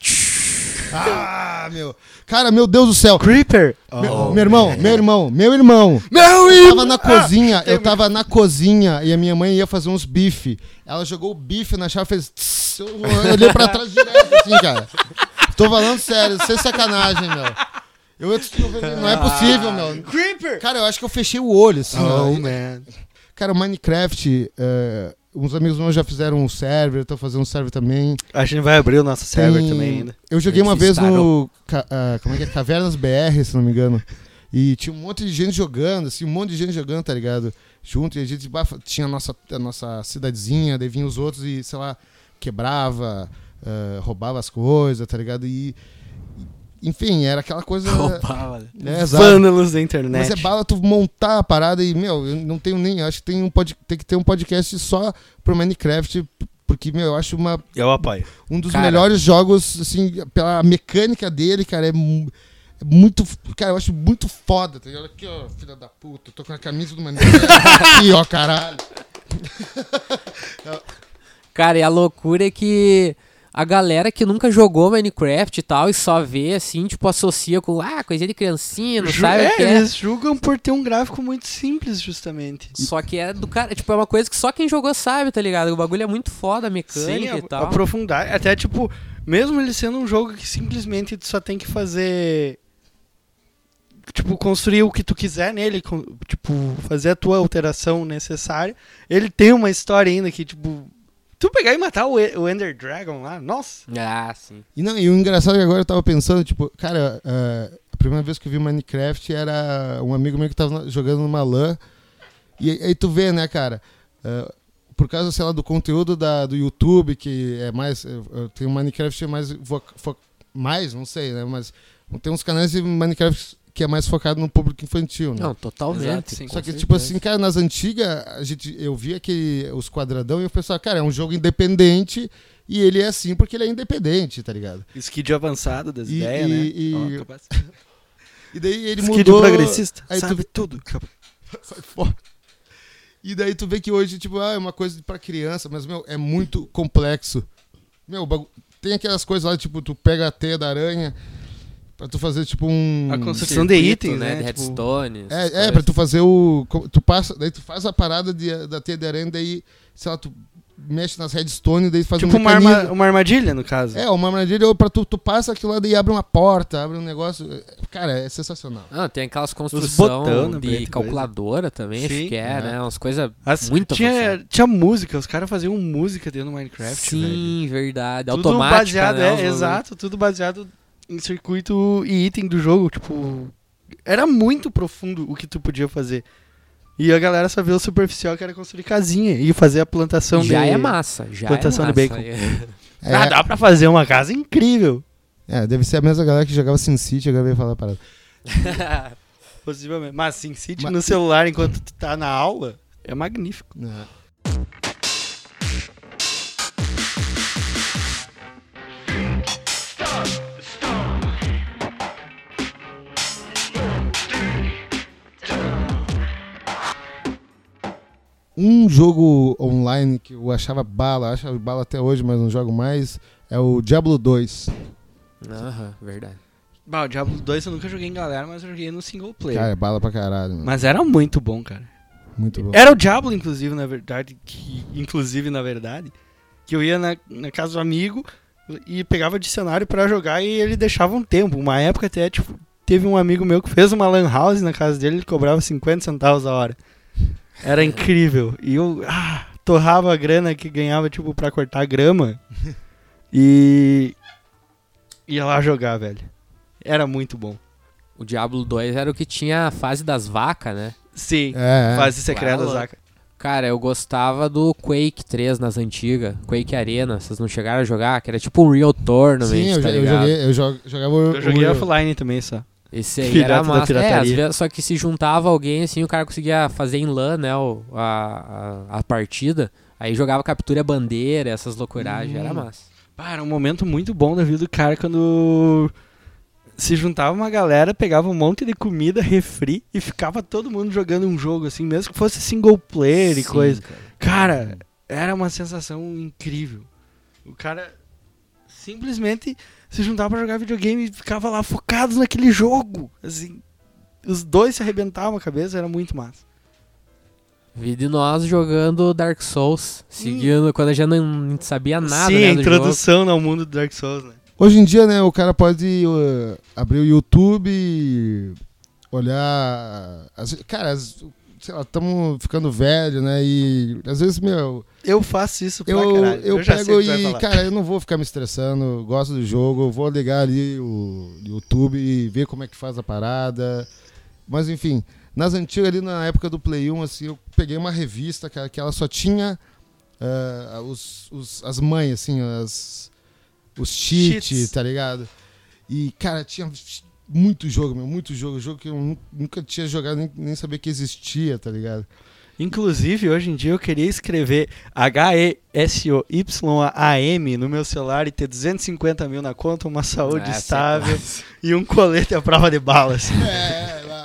Ah, meu. Cara, meu Deus do céu. Creeper! Meu, Oh, meu irmão, man. meu irmão, meu irmão. Meu Eu irmão! tava na cozinha, tem eu tava na cozinha e a minha mãe ia fazer uns bife. Ela jogou o bife na chave e fez... tss, eu eu olhei pra trás direto, assim, cara. Tô falando sério, sem sacanagem, meu. Eu, não é possível, meu. Creeper! Cara, eu acho que eu fechei o olho, assim. Oh, ó. man. Cara, o Minecraft, é, uns amigos meus já fizeram um server, eu tô fazendo um server também. A gente vai abrir o nosso server Tem- também ainda. Eu joguei uma vez Startup. no. ca- ah, como é que é? Cavernas B R, se não me engano. E tinha um monte de gente jogando, assim, um monte de gente jogando, tá ligado? Junto, e a gente bah, tinha a nossa, a nossa cidadezinha, daí vinham os outros e, sei lá, quebrava, ah, roubava as coisas, tá ligado? E. Enfim, era aquela coisa. Roubava. É, exato. Vândalos da internet. Mas é bala tu montar a parada e, meu, eu não tenho nem. Acho que tem, um pod, tem que ter um podcast só pro Minecraft, porque, meu, eu acho uma, Eu apoio. um dos Cara. melhores jogos, assim, pela mecânica dele, cara, é, mu- é muito. Cara, eu acho muito foda. Tá ligado? Aqui, ó, filha da puta, eu tô com a camisa do Minecraft aqui, ó, caralho. Cara, e a loucura é que a galera que nunca jogou Minecraft e tal, e só vê, assim, tipo, associa com, ah, coisa de criancinha, não Ju- sabe o é, que é. eles julgam por ter um gráfico muito simples, justamente. Só que é do cara, tipo, é uma coisa que só quem jogou sabe, tá ligado? O bagulho é muito foda, a mecânica Sim, e a- tal. aprofundar. Até, tipo, mesmo ele sendo um jogo que simplesmente tu só tem que fazer... Tipo, construir o que tu quiser nele, com- tipo, fazer a tua alteração necessária. Ele tem uma história ainda que, tipo... Tu pegar e matar o, E- o Ender Dragon lá, nossa. Ah, sim. E, não, e o engraçado é que agora eu tava pensando, tipo, cara, ah, a primeira vez que eu vi Minecraft era um amigo meu que tava jogando numa LAN. E aí, aí tu vê, né, cara, ah, por causa, sei lá, do conteúdo da, do YouTube, que é mais. Eu, eu tenho Minecraft mais. Vo, fo, mais, não sei, né? Mas tem uns canais de Minecraft que é mais focado no público infantil, né? Não, totalmente. Exato, sim. com Só que, certeza. tipo assim, cara, nas antigas, a gente, eu via que os quadradão e eu pensava, cara, é um jogo independente e ele é assim porque ele é independente, tá ligado? Skid avançado das E- ideias, e- né? e- Ó, capaz. E daí ele Skid mudou... progressista, aí tu- sabe tudo. Sai fora. E daí tu vê que hoje, tipo, ah, é uma coisa pra criança, mas, meu, é muito complexo. Meu, o bagu- tem aquelas coisas lá, tipo, tu pega a teia da aranha pra tu fazer, tipo, um... A construção de Circuito, itens, né? De Tipo, redstone. essas É, é, coisas. pra tu fazer o... Tu passa, daí tu faz a parada de, da teia de aranha, daí, sei lá, tu mexe nas redstone, daí faz tipo um uma, arma- mecanismo. uma armadilha, no caso. É, uma armadilha, ou pra tu, tu passa aquilo lá, daí abre uma porta, abre um negócio. Cara, é sensacional. Ah, tem aquelas botão construções na de frente, calculadora também, acho Sim, que é, é. né? Umas coisas As- muito tinha, avançadas. tinha música, os caras faziam música dentro do Minecraft, velho. Sim, verdade. Tudo Automática, baseado, né? é, os bagulho. exato, tudo baseado em circuito e item do jogo, tipo... Era muito profundo o que tu podia fazer. E a galera só viu o superficial, que era construir casinha e fazer a plantação Já de... é massa, já plantação é de massa. bacon. É, Ah, dá pra fazer uma casa incrível. é, deve ser a mesma galera que jogava SimCity, agora veio falar a parada. Possivelmente. Mas SimCity Mas- no celular enquanto tu tá na aula é magnífico. É. Um jogo online que eu achava bala, acho bala até hoje, mas não jogo mais, é o Diablo dois. Aham, verdade. Bah, o Diablo dois eu nunca joguei em galera, mas eu joguei no single player. Cara, é bala pra caralho, mano. Mas era muito bom, cara. Muito bom. Era o Diablo, inclusive, na verdade, que, inclusive, na verdade, que eu ia na, na casa do amigo e pegava dicionário pra jogar e ele deixava um tempo. Uma época até, tipo, teve um amigo meu que fez uma lan house na casa dele, ele cobrava cinquenta centavos a hora. Era incrível. E eu ah, torrava a grana que ganhava, tipo, pra cortar grama e ia lá jogar, velho. Era muito bom. O Diablo dois era o que tinha a fase das vacas, né? Sim, É, é. fase secreta, Uau. Zaca. Cara, eu gostava do Quake três nas antigas. Quake Arena, vocês não chegaram a jogar? Que era tipo um Real Tournament, Sim, eu, tá jo- eu ligado? joguei, eu jo- jogava o- Eu joguei o- offline também, só. Esse aí Pirata era da massa. É, pirataria. às vezes, só que se juntava alguém assim, o cara conseguia fazer em LAN, né, o, a, a, a partida. Aí jogava captura bandeira, essas loucuragens, Hum. era massa. Pá, era um momento muito bom da vida do cara quando se juntava uma galera, pegava um monte de comida, refri e ficava todo mundo jogando um jogo assim, mesmo que fosse single player e Sim, coisa. cara. Cara, era uma sensação incrível. O cara simplesmente se juntava pra jogar videogame e ficava lá focados naquele jogo. Assim, os dois se arrebentavam a cabeça, era muito massa. Vi de nós jogando Dark Souls, seguindo quando a gente não sabia nada, Sim, né, a do introdução ao mundo do Dark Souls, né? Hoje em dia, né, o cara pode uh, abrir o YouTube e olhar... As, cara, as, sei lá, estamos ficando velho, né, e às vezes, meu... Eu faço isso pra Eu, caralgo. eu já sei pego o que tu vai e, falar. cara, eu não vou ficar me estressando, gosto do jogo, eu vou ligar ali o YouTube e ver como é que faz a parada. Mas, enfim, nas antigas, ali na época do Play um, assim, eu peguei uma revista, cara, que ela só tinha ah, os, os, as mães, assim, as, os cheats, Cheats. tá ligado? E, cara, tinha muito jogo, meu, muito jogo, jogo que eu nu- nunca tinha jogado, nem, nem sabia que existia, tá ligado? Inclusive, hoje em dia eu queria escrever H E S O Y A M no meu celular e ter duzentos e cinquenta mil na conta, uma saúde Essa é estável clássica. e um colete à prova de balas. É, lá.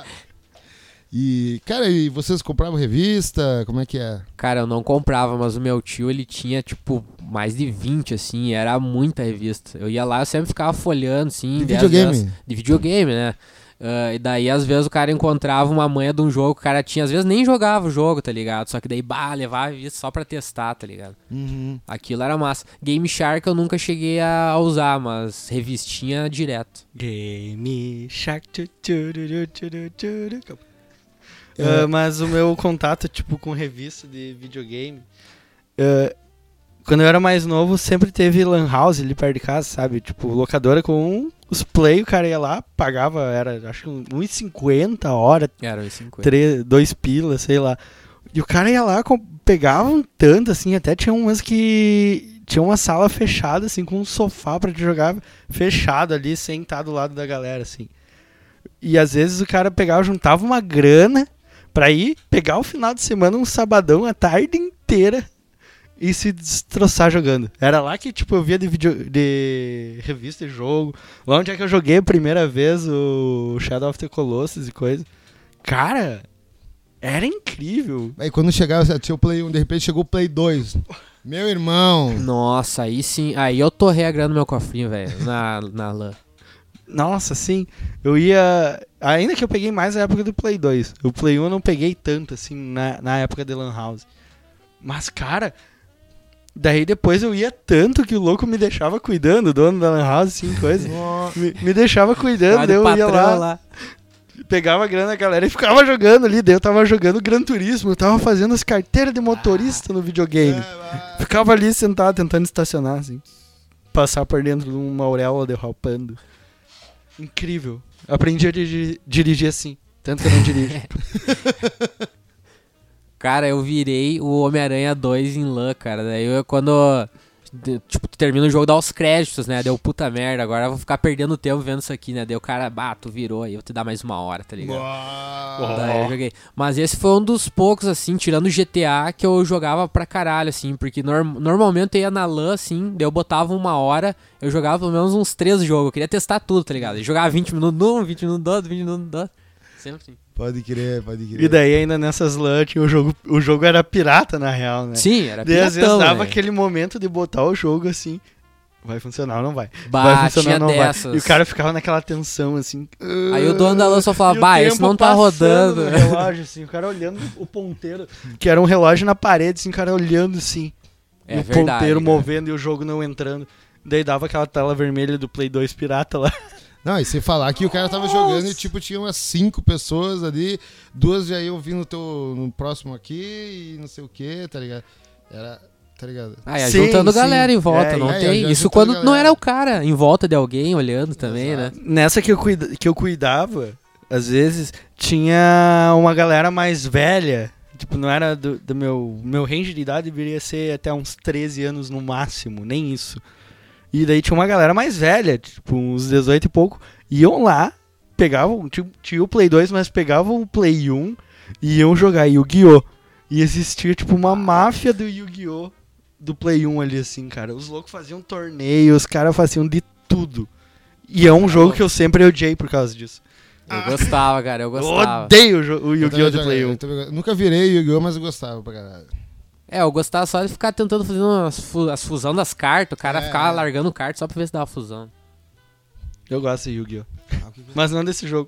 E, cara, e vocês compravam revista? Como é que é? Cara, eu não comprava, mas o meu tio, ele tinha, tipo, mais de vinte, assim, era muita revista. Eu ia lá, eu sempre ficava folhando, assim. De daí, às videogame? vezes- de videogame, né? Ah, e daí, às vezes, o cara encontrava uma manha de um jogo que o cara tinha, às vezes nem jogava o jogo, tá ligado? Só que daí, bah, levava a revista só pra testar, tá ligado? Uhum. Aquilo era massa. Game Shark eu nunca cheguei a usar, mas revistinha direto. Game Shark. tu, tu, tu, tu, tu, tu, tu. É. Ah, mas o meu contato, tipo, com revista de videogame... ah, quando eu era mais novo, sempre teve lan house ali perto de casa, sabe? Tipo, locadora com os play, o cara ia lá, pagava, era acho que um e cinquenta a hora, Era os cinquenta. três, dois pilas, sei lá. E o cara ia lá, com- pegava um tanto, assim, até tinha umas que... Tinha uma sala fechada, assim, com um sofá pra te jogar fechado ali, sem estar do lado da galera, assim. E às vezes o cara pegava, juntava uma grana pra ir pegar o final de semana, um sabadão, a tarde inteira, e se destroçar jogando. Era lá que, tipo, eu via de, video, de revista e jogo. Lá onde é que eu joguei a primeira vez o Shadow of the Colossus e coisa. Cara, era incrível. Aí quando chegava, tinha o Play um, de repente chegou o Play dois. Meu irmão. Nossa, aí sim. Aí eu torrei a grana no meu cofrinho, velho, na, na LAN. Nossa, sim. Eu ia... Ainda que eu peguei mais na época do Play dois. O Play um eu não peguei tanto, assim, na, na época de Lan House. Mas, cara... Daí depois eu ia tanto que o louco me deixava cuidando, o dono da Lan House, assim, coisa. Me, me deixava cuidando, Cara, daí o eu ia patrão lá, pegava a grana da galera e ficava jogando ali. Daí eu tava jogando Gran Turismo, eu tava fazendo as carteiras de motorista no videogame. Ficava ali sentado tentando estacionar, assim. Passar por dentro de uma auréola derrapando. Incrível. Aprendi a dirigir, dirigir assim. Tanto que eu não dirijo. Cara, eu virei o Homem-Aranha dois em lã, cara. Daí eu, quando... de- Tipo, tu termina o jogo, dá os créditos, né? Deu puta merda, agora eu vou ficar perdendo tempo vendo isso aqui, né? Daí o cara, bah, tu virou aí, eu vou te dar mais uma hora, tá ligado? Uau. Daí eu joguei. Mas esse foi um dos poucos, assim, tirando o G T A, que eu jogava pra caralho, assim. Porque norm- normalmente eu ia na LAN, assim, daí eu botava uma hora, eu jogava pelo menos uns três jogos. Eu queria testar tudo, tá ligado? Eu jogava vinte minutos num, vinte minutos do outro, vinte minutos do outro. Sempre assim. Pode crer, pode crer. E daí ainda nessas LAN tinha o jogo, o jogo era pirata na real, né? Sim, era Daí às vezes piratão, dava né? aquele momento de botar o jogo assim, vai funcionar ou não vai? Bah, vai funcionar tinha ou não dessas. vai? E o cara ficava naquela tensão assim. Aí o dono da LAN só E falava, o bah, esse tempo não tá passando rodando. no relógio, assim, o cara olhando o ponteiro, que era um relógio na parede, assim, o cara olhando assim. É e o verdade, ponteiro cara. movendo e o jogo não entrando. Daí dava aquela tela vermelha do Play dois pirata lá. Não, e sem falar que o cara tava jogando e, tipo, tinha umas cinco pessoas ali, duas já iam vir no teu no próximo aqui e não sei o que, tá ligado? Era, tá ligado? Ah, ia Sim, juntando sim. galera em volta, É, não é, tem? já Isso juntando quando não galera. era o cara em volta de alguém olhando também, Exato. né? Nessa que eu, cuida, que eu cuidava, às vezes, tinha uma galera mais velha. Tipo, não era do, do meu... Meu range de idade deveria ser até uns treze anos no máximo, nem isso. E daí tinha uma galera mais velha, tipo, uns dezoito e pouco. Iam lá, pegavam... Tinha, tinha o Play dois, mas pegavam o Play um e iam jogar Yu-Gi-Oh! E existia, tipo, uma máfia do Yu-Gi-Oh! Do Play um ali, assim, cara. Os loucos faziam torneio, os caras faziam de tudo. E é um jogo que eu sempre odiei por causa disso. Eu gostava, cara, eu Eu gostava. odeio o, jo- o Eu Yu-Gi-Oh! também do Play joguei, um. eu também- Nunca virei Yu-Gi-Oh!, mas eu gostava pra caralho. É, eu gostava só de ficar tentando fazer umas fu- as fusão das cartas, o cara É, ficava é. largando cartas só pra ver se dava fusão. Eu gosto de Yu-Gi-Oh! Mas não desse jogo.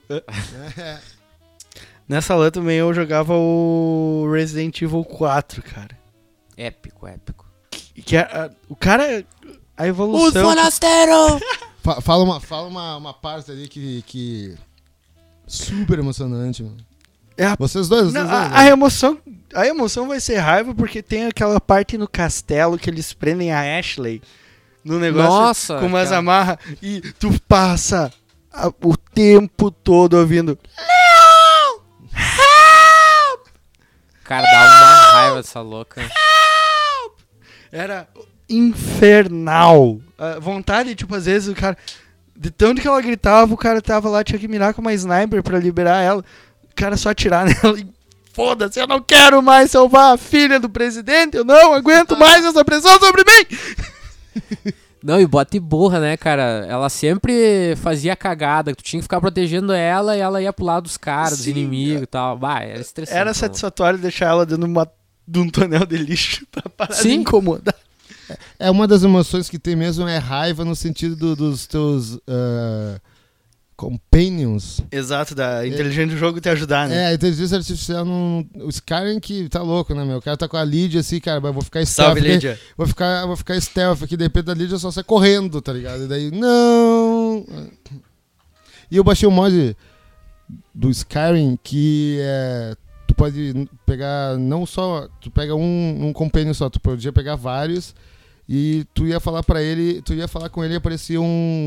Nessa LAN também eu jogava o Resident Evil quatro, cara. Épico, épico. Que a, a- o cara... A evolução... Forasteiro! Fa- Fala uma, fala uma, uma parte ali que, que... Super emocionante, mano. É a- Vocês dois, vocês Não, dois. a, né? a emoção, a emoção vai ser raiva porque tem aquela parte no castelo que eles prendem a Ashley no negócio Nossa, com umas cara. amarras e tu passa a- o tempo todo ouvindo Cara, dava uma raiva dessa louca. era infernal. A vontade, tipo, às vezes o cara de tanto que ela gritava, o cara tava lá, tinha que mirar com uma sniper pra liberar ela. O cara só atirar nela e foda-se, eu não quero mais salvar a filha do presidente, eu não aguento mais essa pressão sobre mim. Não, e bota e burra, né, cara? Ela sempre fazia cagada, tu tinha que ficar protegendo ela e ela ia pro lado dos caras, dos Sim, inimigos e tal. Bah, era estressante. Era mano. satisfatório deixar ela dentro de, uma, de um tonel de lixo pra parar de Sim. incomodar. É uma das emoções que tem mesmo, é raiva no sentido do- dos teus ah, companions. Exato, da inteligência do jogo te ajudar, né? É, a inteligência artificial não. O Skyrim que tá louco, né, meu? O cara tá com a Lydia assim, cara, mas eu vou ficar Salve, stealth. aqui, Lídia. Vou ficar, vou ficar stealth aqui, de repente a Lydia só sai correndo, tá ligado? E daí, não! E eu baixei o mod do Skyrim que é. Tu pode pegar não só. Tu pega um, um companion só, tu podia pegar vários. E tu ia falar pra ele, tu ia falar com ele e aparecia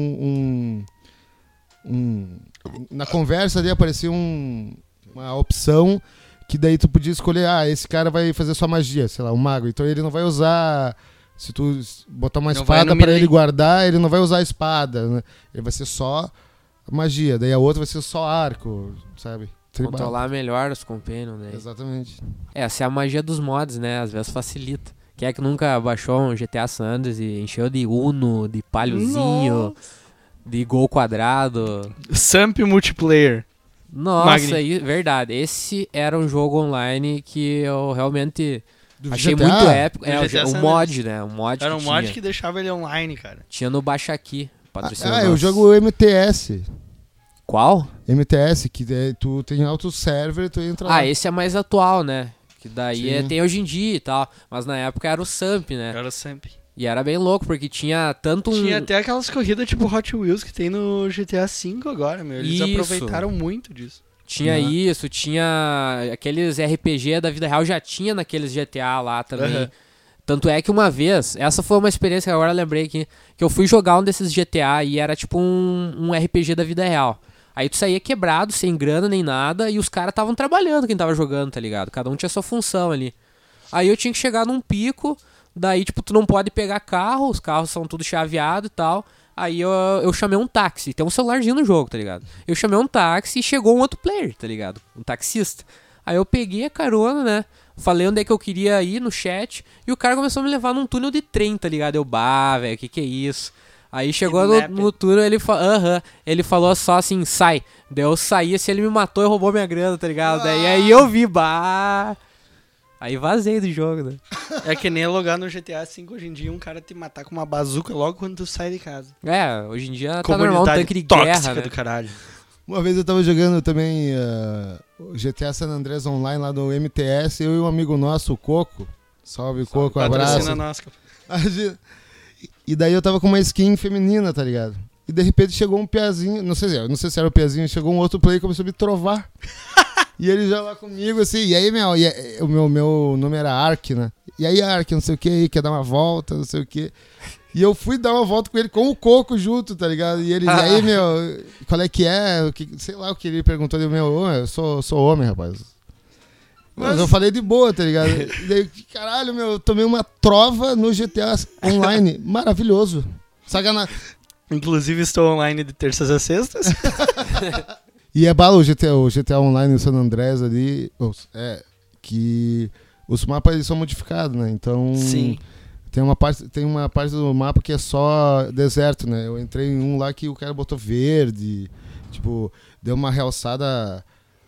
um, um, um- na conversa ali aparecia um, uma opção que daí tu podia escolher, ah, esse cara vai fazer sua magia, sei lá, um mago, então ele não vai usar, se tu botar uma Não vai espada no pra melee. ele guardar, ele não vai usar a espada, né? Ele vai ser só magia, daí a outra vai ser só arco, sabe? Tribal. Controlar melhor os companions, né? Exatamente. É, essa é a magia dos mods, né? Às vezes facilita. Quem é que nunca baixou um G T A San Andreas e encheu de Uno, de palhozinho, de gol quadrado? Samp multiplayer. Nossa, Magni. aí, verdade. Esse era um jogo online que eu realmente Do achei G T A? muito épico. Do É, o, G T A o San mod, né? O mod Era que um mod tinha. que deixava ele online, cara. Tinha no Baixa Aqui. patrocinando Ah, eu nós. jogo M T S. Qual? M T S, que é, tu tem alto server, tu entra lá. Ah, esse é mais atual, né? Que daí é- Sim. tem hoje em dia e tal. Mas na época era o Samp, né? Era o Samp. E era bem louco, porque tinha tanto um... Tinha até aquelas corridas tipo Hot Wheels que tem no G T A cinco agora, meu. Eles Isso. aproveitaram muito disso. Tinha Uhum. isso, tinha aqueles R P G da vida real, já tinha naqueles G T A lá também. Aham. Tanto é que uma vez, essa foi uma experiência que agora eu lembrei aqui, que eu fui jogar um desses G T A e era tipo um, um R P G da vida real. Aí tu saía quebrado, sem grana nem nada, e os caras estavam trabalhando quem tava jogando, tá ligado? Cada um tinha sua função ali. Aí eu tinha que chegar num pico, daí tipo, tu não pode pegar carro, os carros são tudo chaveado e tal. Aí eu, eu chamei um táxi, tem um celularzinho no jogo, tá ligado? Eu chamei um táxi e chegou um outro player, tá ligado? Um taxista. Aí eu peguei a carona, né? Falei onde é que eu queria ir no chat, e o cara começou a me levar num túnel de trem, tá ligado? Eu, bah, velho, que que é isso? Aí chegou no, no túnel, ele, fa- uh-huh, ele falou só assim, sai. Daí eu saí, assim, ele me matou e roubou minha grana, tá ligado? Ah. Daí aí eu vi, bah... Aí vazei do jogo, né? É que nem logar no G T A cinco hoje em dia, um cara te matar com uma bazuca logo quando tu sai de casa. É, hoje em dia tá normal um tanque de guerra, né? Do caralho. Uma vez eu tava jogando também uh, o G T A San Andreas Online lá no M T S, eu e um amigo nosso, o Coco. Salve, Salve Coco, um abraço. Nossa. E daí eu tava com uma skin feminina, tá ligado? E de repente chegou um piazinho, não sei, não sei se era o piazinho, chegou um outro player e começou a me trovar. E ele já lá comigo, assim, e aí, meu, e aí, o meu, meu nome era Ark, né? E aí, Ark, não sei o que, quer dar uma volta, não sei o que. E eu fui dar uma volta com ele, com o Coco junto, tá ligado? E ele, e aí, meu, qual é que é? O que, sei lá o que ele perguntou, ele, meu, eu sou, sou homem, rapaz. Mas... Mas eu falei de boa, tá ligado? E daí, caralho, meu, eu tomei uma trova no G T A Online, maravilhoso. Sacanagem. Inclusive, estou online de terças a sextas. E é bala o G T A, o G T A Online no San Andreas ali, é, que os mapas eles são modificados, né? Então Sim. Tem uma parte, tem uma parte do mapa que é só deserto, né? Eu entrei em um lá que o cara botou verde, tipo, deu uma realçada.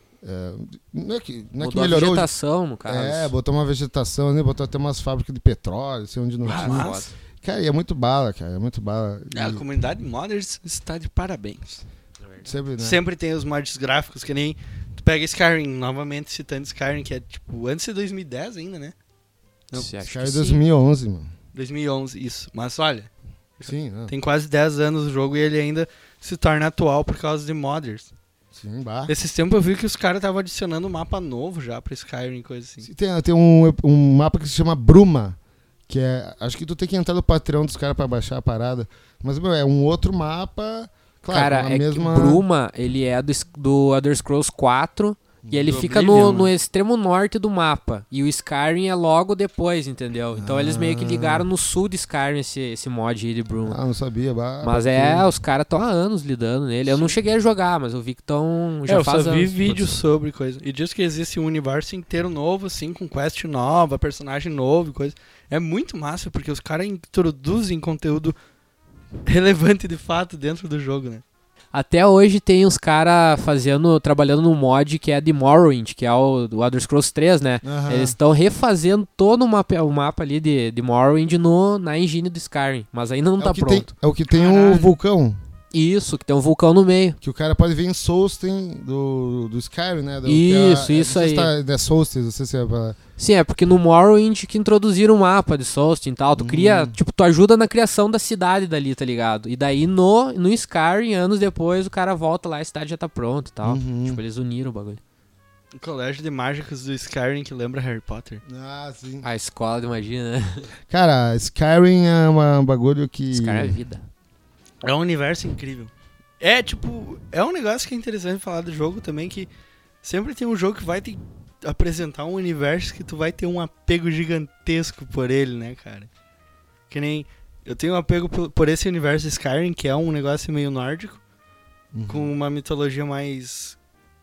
É, não é que, não é que melhorou. Botou vegetação, no caso. É, botou uma vegetação, né? Botou até umas fábricas de petróleo, assim, onde não ah, tinha. Nossa. Cara, e é muito bala, cara, é muito bala. E... A comunidade modders está de parabéns. Sempre, né? Sempre tem os mods gráficos, que nem tu pega Skyrim, novamente citando Skyrim, que é tipo antes de dois mil e dez ainda, né? Não, Skyrim é dois mil e onze, mano. dois mil e onze, isso. Mas olha, sim, não. Tem quase dez anos o jogo e ele ainda se torna atual por causa de modders. Sim, bah. Esses tempos eu vi que os caras estavam adicionando um mapa novo já pra Skyrim e coisa assim. Tem, tem um, um mapa que se chama Bruma, que é... Acho que tu tem que entrar no Patreon dos caras pra baixar a parada. Mas, meu, é um outro mapa... Claro, cara, é mesma... que Bruma, ele é do, do Elder Scrolls quatro e ele do fica Oblivion, no, no extremo norte do mapa. E o Skyrim é logo depois, entendeu? Então ah. eles meio que ligaram no sul de Skyrim esse, esse mod aí de Bruma. Ah, não sabia. Bah, mas é, que... os caras estão há anos lidando nele. Eu não cheguei a jogar, mas eu vi que estão já é, eu faz só vi anos. vídeos sobre coisa. E diz que existe um universo inteiro novo, assim, com quest nova, personagem novo e coisa. É muito massa, porque os caras introduzem conteúdo relevante de fato dentro do jogo, né? Até hoje tem uns caras fazendo, trabalhando no mod que é de Morrowind, que é o do Elder Scrolls três, né? Uhum. Eles estão refazendo todo o mapa, o mapa ali de, de Morrowind no, na engine do Skyrim, mas ainda não é tá pronto. Tem, é o que tem o vulcão. Isso, que tem um vulcão no meio. Que o cara pode ver em Solstheim do, do Skyrim, né? Do, isso, é, isso aí. Tá, é Solstheim, não sei se é pra... Sim, é porque no Morrowind que introduziram o mapa de Solstheim e tal, tu hum. cria, tipo, tu ajuda na criação da cidade dali, tá ligado? E daí no, no Skyrim, anos depois, o cara volta lá e a cidade já tá pronta e tal. Uhum. Tipo, eles uniram o bagulho. O colégio de mágicos do Skyrim que lembra Harry Potter. Ah, sim. A escola de magia, né? Cara, Skyrim é uma, um bagulho que... Skyrim é vida. É um universo incrível. É, tipo, é um negócio que é interessante falar do jogo também, que sempre tem um jogo que vai te apresentar um universo que tu vai ter um apego gigantesco por ele, né, cara? Que nem... Eu tenho um apego por, por esse universo Skyrim, que é um negócio meio nórdico, uhum. com uma mitologia mais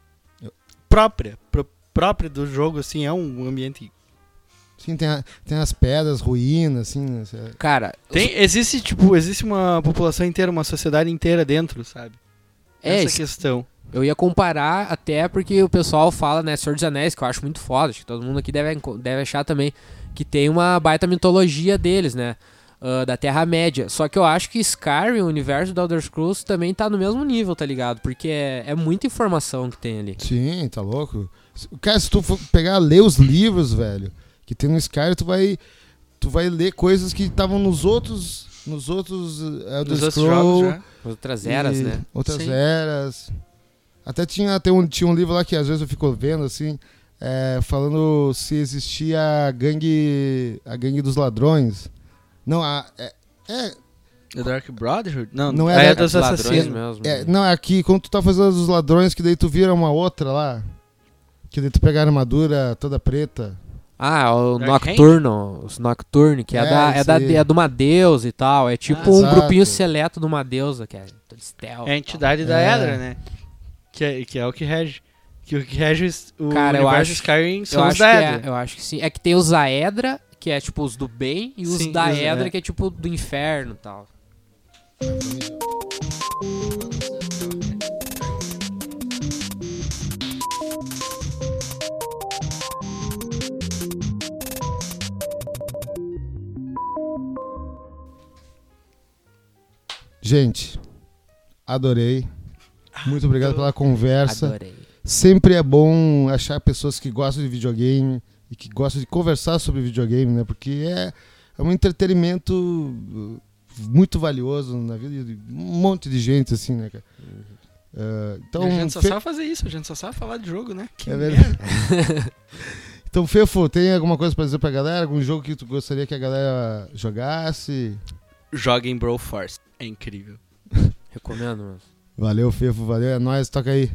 própria, pro, própria do jogo, assim, é um ambiente... Sim, tem, a, tem as pedras, ruínas, assim... Cara... Tem, existe, tipo, existe uma população inteira, uma sociedade inteira dentro, sabe? É, essa questão. Eu ia comparar até porque o pessoal fala, né, Senhor dos Anéis, que eu acho muito foda, acho que todo mundo aqui deve, deve achar também, que tem uma baita mitologia deles, né, uh, da Terra-média. Só que eu acho que Skyrim, o universo do Elder Scrolls, também tá no mesmo nível, tá ligado? Porque é, é muita informação que tem ali. Sim, tá louco. Cara, se tu for pegar, ler os livros, velho, que tem no Skyrim, tu vai, tu vai ler coisas que estavam nos outros, nos outros Elder Scrolls. Outras eras, né? Outras Sim. eras... Até tinha, tem um, tinha um livro lá que às vezes eu fico vendo, assim, é, falando se existia a gangue, a gangue dos ladrões. Não, a, é, é, The Dark Brotherhood? Não, Não é é, da- dos Os ladrões assassinos. mesmo. é, não, é aqui, quando tu tá fazendo dos ladrões, que daí tu vira uma outra lá, que daí tu pega a armadura toda preta. Ah, o Dark Nocturno, os Nocturne, que é, É, da, é, isso da, aí. é de uma deusa e tal. É tipo Ah, um exato. grupinho seleto de uma deusa, que é todo stealth. É a entidade da É. Edra, né? Que é, que é o que rege. Que o que rege o Cara, eu universo acho- Skyrim Eu são os acho, que da é, Edra. eu acho que sim. É que tem os Aedra, que é tipo os do bem, e os Sim, da os- Edra, é. que é tipo do inferno e tal. Gente, adorei. Muito obrigado pela conversa. Adorei. Sempre é bom achar pessoas que gostam de videogame e que gostam de conversar sobre videogame, né? Porque é, é um entretenimento uh, muito valioso na vida de um monte de gente, assim, né, cara? Uh, então, a gente só Fe- sabe fazer isso, a gente só sabe falar de jogo, né? Que É merda. verdade. Então, Fefo, tem alguma coisa pra dizer pra galera? Algum jogo que tu gostaria que a galera jogasse? Joga em Broforce. É incrível. Recomendo, mano. Valeu, Fefo, valeu, é nóis, toca aí.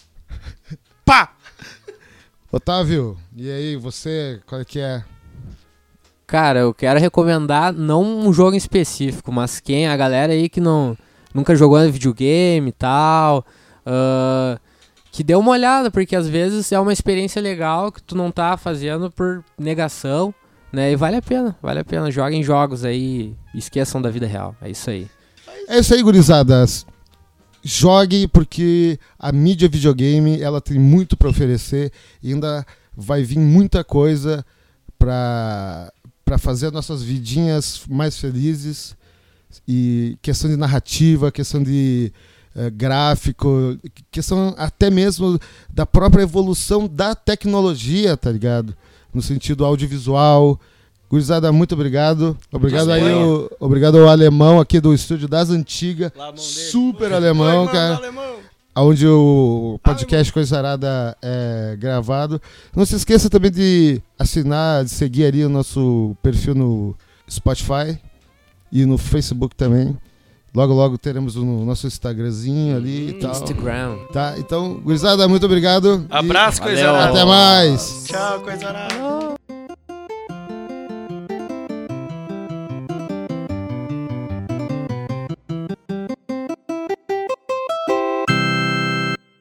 Pá! Otávio, e aí, você, qual é que é? Cara, eu quero recomendar não um jogo em específico, mas quem, a galera aí que não nunca jogou videogame e tal, ah, que dê uma olhada, porque às vezes é uma experiência legal que tu não tá fazendo por negação, né? E vale a pena, vale a pena. Joguem jogos aí, esqueçam da vida real. É isso aí. É isso aí, gurizadas. Jogue, porque a mídia videogame ela tem muito para oferecer e ainda vai vir muita coisa para para fazer as nossas vidinhas mais felizes, e questão de narrativa, questão de eh, gráfico, questão até mesmo da própria evolução da tecnologia, tá ligado? No sentido audiovisual. Gurizada, muito obrigado. Obrigado aí, o, obrigado ao alemão aqui do Estúdio das Antigas. Lá a mão dele. Super alemão, Oi, cara. mano, alemão. Onde o podcast Coisa Arada é gravado. Não se esqueça também de assinar, de seguir ali o nosso perfil no Spotify e no Facebook também. Logo, logo teremos o nosso Instagramzinho ali e Hum, tal. Instagram. Tá? Então, gurizada, muito obrigado. e Abraço, Valeu. coisa arada. até mais. Tchau, coisa arada.